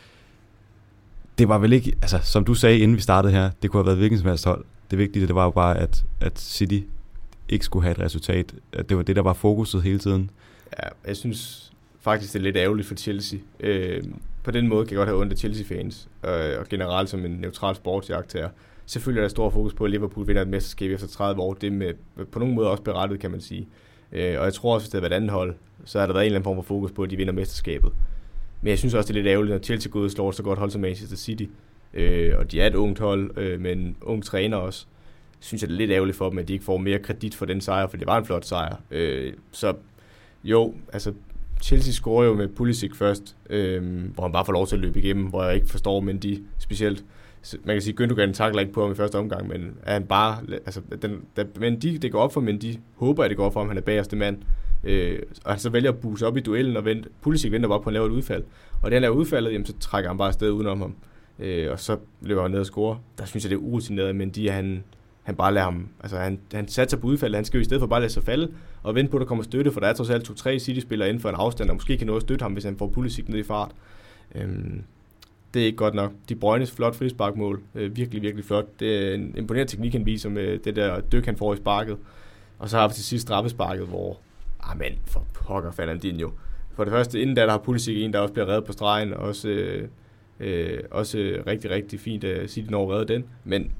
A: Det var vel ikke, altså som du sagde, inden vi startede her, det kunne have været hvilken som helst hold. Det vigtige, det var jo bare, at, at City ikke skulle have et resultat. At det var det, der var fokuset hele tiden.
B: Ja, jeg synes faktisk, det er lidt ærgerligt for Chelsea. Øh, på den måde kan jeg godt have ondt af Chelsea-fans, øh, og generelt som en neutral sportsjagttager. Selvfølgelig er der stor fokus på, at Liverpool vinder et mesterskab efter tredive år. Det er med, på nogen måde også berettet, kan man sige. Øh, og jeg tror også, hvis det havde været et andet hold, så har der været en eller anden form for fokus på, at de vinder mesterskabet. Men jeg synes også, det er lidt ærgerligt, når Chelsea går ud og slår så godt hold som Manchester City. Øh, og de er et ungt hold, øh, med en ung træner også. Synes jeg, det er lidt ærgerligt for dem, at de ikke får mere kredit for den sejr, for det var en flot sejr. Øh, så jo, altså Chelsea scorer jo med Pulisic først, øh, hvor han bare får lov til at løbe igennem, hvor jeg ikke forstår Mendy specielt. Man kan sige, at Gündogan takler ikke på ham i første omgang, men er han bare, altså, den, da Mendy, det går op for Mendy, håber jeg, det går op for ham, han er bagerste mand, Øh, og han så vælger at buse op i duellen, og vent, Pulisic venter bare på at lave et udfald. Og da han laver udfaldet, jamen, så trækker han bare afsted udenom ham. Øh, og så løber han ned og scorer. Der synes jeg, det er urutineret, men de han, han bare lader ham, altså han, han satser på udfaldet, han skal jo i stedet for bare at lade sig falde, og vente på, at der kommer støtte, for der er trods alt to-tre City-spillere inden for en afstand, og måske kan nå at støtte ham, hvis han får Pulisic ned i fart. Øh, det er ikke godt nok. De Bruynes flot frisparkmål, øh, virkelig, virkelig flot. Det er en imponerende teknik, han viser med det der dyk, han får i sparket. Og så har vi til sidst straffesparket, hvor, ah men, for pokker Fernandinho. For det første, inden da, der har Pulisic en, der også bliver reddet på stregen, og også, øh, øh, også rigtig, rigtig fint at City når at redde den. Men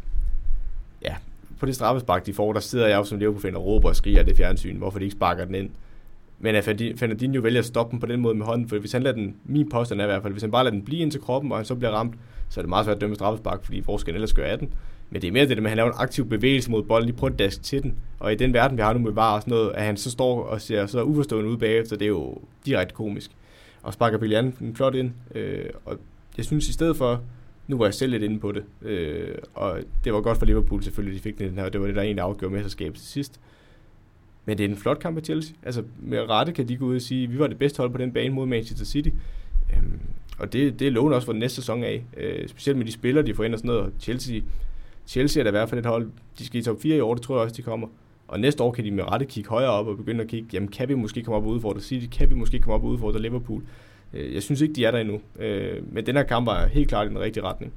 B: ja, på det straffespark, de får, der sidder jeg jo som Liverpool-fan og råber og skriger af det fjernsyn, hvorfor de ikke sparker den ind. Men at Fernandinho vælger at stoppe den på den måde med hånden, for hvis han lader den, min påstand er i hvert fald, hvis han bare lader den blive ind til kroppen, og han så bliver ramt, så er det meget svært at dømme straffespark, fordi hvor skal han ellers gøre af den. Men det er mere det, at han laver en aktiv bevægelse mod bolden, lige prøver at daske til den. Og i den verden, vi har nu med V A R og sådan noget, at han så står og ser så uforstående ud bagefter, det er jo direkte komisk. Og sparker Willian flot ind, øh, og jeg synes i stedet for, nu var jeg selv lidt inde på det, øh, og det var godt for Liverpool selvfølgelig, de fik den her, og det var det, der egentlig afgjorde mesterskabet til sidst. Men det er en flot kamp af Chelsea. Altså med rette kan de gå ud og sige, at vi var det bedste hold på den bane mod Manchester City. Øhm, og det, det er lovende også for den næste sæson af. Øh, specielt med de spillere, de får ind og sådan noget. Og Chelsea, Chelsea er da i hvert fald et hold, de skal i top fire i år, det tror jeg også, de kommer. Og næste år kan de med rette kigge højere op og begynde at kigge, jamen kan vi måske komme op og udfordre City? Kan vi måske komme op og udfordre Liverpool? Øh, jeg synes ikke, de er der endnu. Øh, men den her kamp er helt klart i den rigtige retning.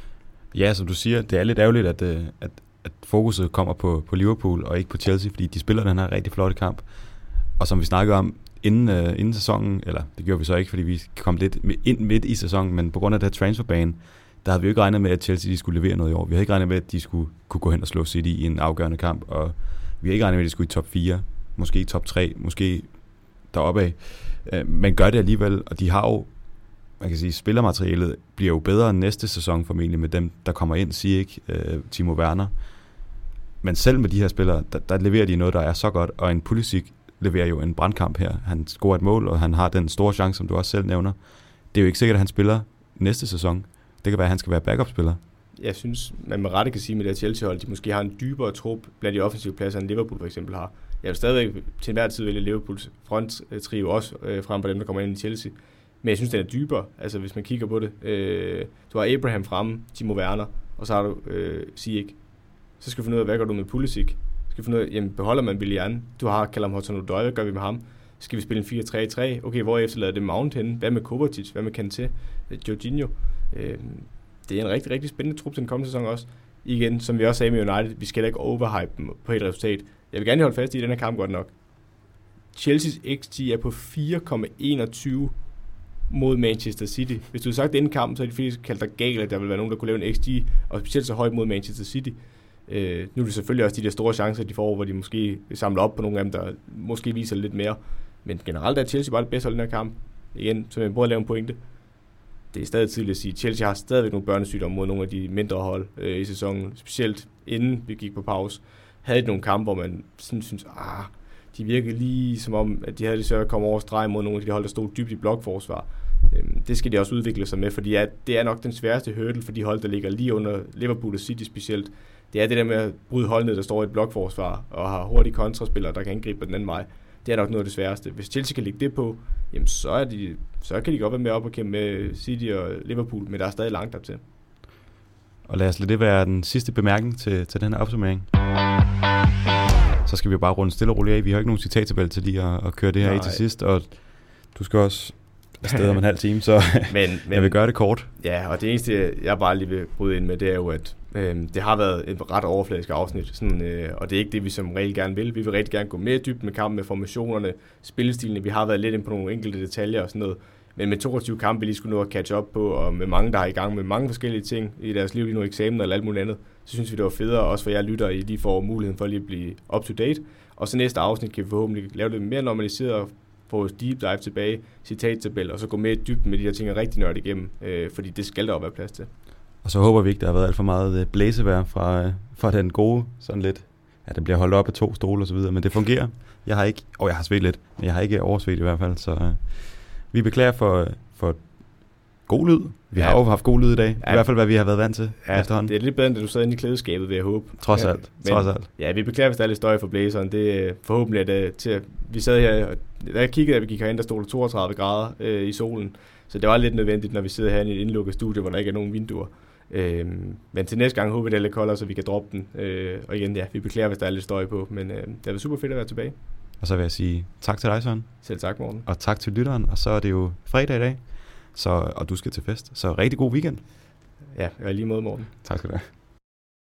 A: Ja, som du siger, det er lidt ærgerligt, at, at at fokuset kommer på, på Liverpool og ikke på Chelsea, fordi de spiller den her rigtig flotte kamp. Og som vi snakkede om inden, uh, inden sæsonen, eller det gjorde vi så ikke, fordi vi kom lidt ind midt i sæsonen, men på grund af det her transferbane, der havde vi jo ikke regnet med, at Chelsea de skulle levere noget i år. Vi havde ikke regnet med, at de skulle kunne gå hen og slå City i en afgørende kamp, og vi havde ikke regnet med, at de skulle i top fire, måske i top tre, måske deroppe af. Uh, men gør det alligevel, og de har jo, man kan sige, spillermaterialet bliver jo bedre næste sæson formentlig med dem, der kommer ind, Ziyech, uh, Timo Werner. Men selv med de her spillere, der, der leverer de noget, der er så godt, og en Pulisic leverer jo en brandkamp her. Han scorer et mål, og han har den store chance, som du også selv nævner. Det er jo ikke sikkert, at han spiller næste sæson. Det kan være, at han skal være backup-spiller. Jeg
B: synes, man med rette kan sige med det her Chelsea-hold, de måske har en dybere trup blandt de offensive pladser, end Liverpool for eksempel har. Jeg vil stadigvæk til enhver tid vælge Liverpools fronttrio også øh, frem på dem, der kommer ind i Chelsea. Men jeg synes, den er dybere, altså hvis man kigger på det. Øh, du har Abraham fremme, Timo Werner, og så har du øh, Ziyech. Så skal vi finde ud af, hvad gør du med Pulisic? Skal vi finde ud af, jamen beholder man Willian? Du har Callum Hudson-Odoi, hvad gør vi med ham? Skal vi spille en fire tre tre? Okay, hvor efterlader det Mount henne? Hvad med Kovacic? Hvad med Kanté? Jorginho? Øh, det er en rigtig, rigtig spændende trup til den kommende sæson også. Igen, som vi også sagde med United, vi skal da ikke overhype dem på et resultat. Jeg vil gerne holde fast i den her kamp godt nok. Chelsea's X G er på fire komma enogtyve mod Manchester City. Hvis du havde sagt inden kampen, så er de fleste kaldt dig gal, at der vil være nogen, der kunne lave en X G, og specielt så højt mod Manchester City. Øh, nu er det selvfølgelig også de der store chancer, de får, hvor de måske samler op på nogle af dem, der måske viser lidt mere. Men generelt er Chelsea bare det bedste hold i den her kamp. Igen, så jeg prøver at lave en pointe. Det er stadig tidligt at sige, Chelsea har stadigvæk nogle børnesygdomme mod nogle af de mindre hold øh, i sæsonen. Specielt inden vi gik på pause, havde de nogle kampe, hvor man sådan synes, ah, de virkede lige som om, at de havde det svært at komme over streg mod nogle af de hold, der stod dybt i blokforsvar. Øhm, det skal de også udvikle sig med, fordi det er nok den sværeste hurdle for de hold, der ligger lige under Liverpool og City specielt. Det er det der med at bryde holdene, der står i et blokforsvar og har hurtige kontraspillere, der kan angribe på den anden vej. Det er nok noget af det sværeste. Hvis Chelsea kan lægge det på, jamen så, er de, så kan de godt være med op og kæmpe med City og Liverpool, men der er stadig langt op til.
A: Og lad os lade det være den sidste bemærkning til, til den her opsummering. Så skal vi jo bare runde stille og roligt af. Vi har ikke nogen citattabel til lige at, at køre det her Nej. i til sidst, og du skal også afsted om en halv time, så men, men, jeg vil gøre det kort.
B: Ja, og det eneste, jeg bare lige vil bryde ind med, det er jo, at øh, det har været et ret overfladisk afsnit, sådan, øh, og det er ikke det, vi som regel gerne vil. Vi vil rigtig gerne gå mere dybt med kampen, med formationerne, spillestilene. Vi har været lidt ind på nogle enkelte detaljer og sådan noget, men med toogtyve kampe, vi lige skulle nå at catch up på, og med mange, der er i gang med mange forskellige ting i deres liv, lige nu eksamen eller alt muligt andet, så synes vi, det var federe, også for jer lytter, I lige får muligheden for lige at blive up to date. Og så næste afsnit kan vi forhåbentlig lave det mere normaliseret, få vores deep dive tilbage, citattabel, og så gå mere i dybden med de her ting og rigtig nørde igennem, øh, fordi det skal der jo være plads til.
A: Og så håber vi ikke, der har været alt for meget blæsevejr fra, fra den gode, sådan lidt, ja, den bliver holdt op af to stole og så videre, men det fungerer. Jeg har ikke, og jeg har svedt lidt, men jeg har ikke oversvedt i hvert fald, så øh, vi beklager for, for god lyd. Vi ja. har jo haft god lyd i dag. Ja. I hvert fald, hvad vi har været vant til
B: ja,
A: efterhånden.
B: Det er lidt bedre, end da du sad inde i klædeskabet, vil jeg håbe.
A: Trods alt.
B: Men,
A: Trods alt.
B: Ja, vi beklager, hvis der er lidt støj for blæseren. Det er forhåbentlig, at, det, til, at vi sad her, og da jeg kiggede, at vi gik herind, der stod toogtredive grader øh, i solen. Så det var lidt nødvendigt, når vi sidder her i et indlukket studie, hvor der ikke er nogen vinduer. Øhm, men til næste gang håber vi, det er lidt koldere, så vi kan droppe den. Øh, og igen, ja, vi beklager, hvis der er lidt støj på. Men øh, det er super fedt at være tilbage.
A: Og så vil jeg sige tak til dig, Søren.
B: Selv tak, Morten.
A: Og tak til lytteren. Og så er det jo fredag i dag, så, og du skal til fest. Så rigtig god weekend.
B: Ja, og lige måde, Morten.
A: Tak skal du have.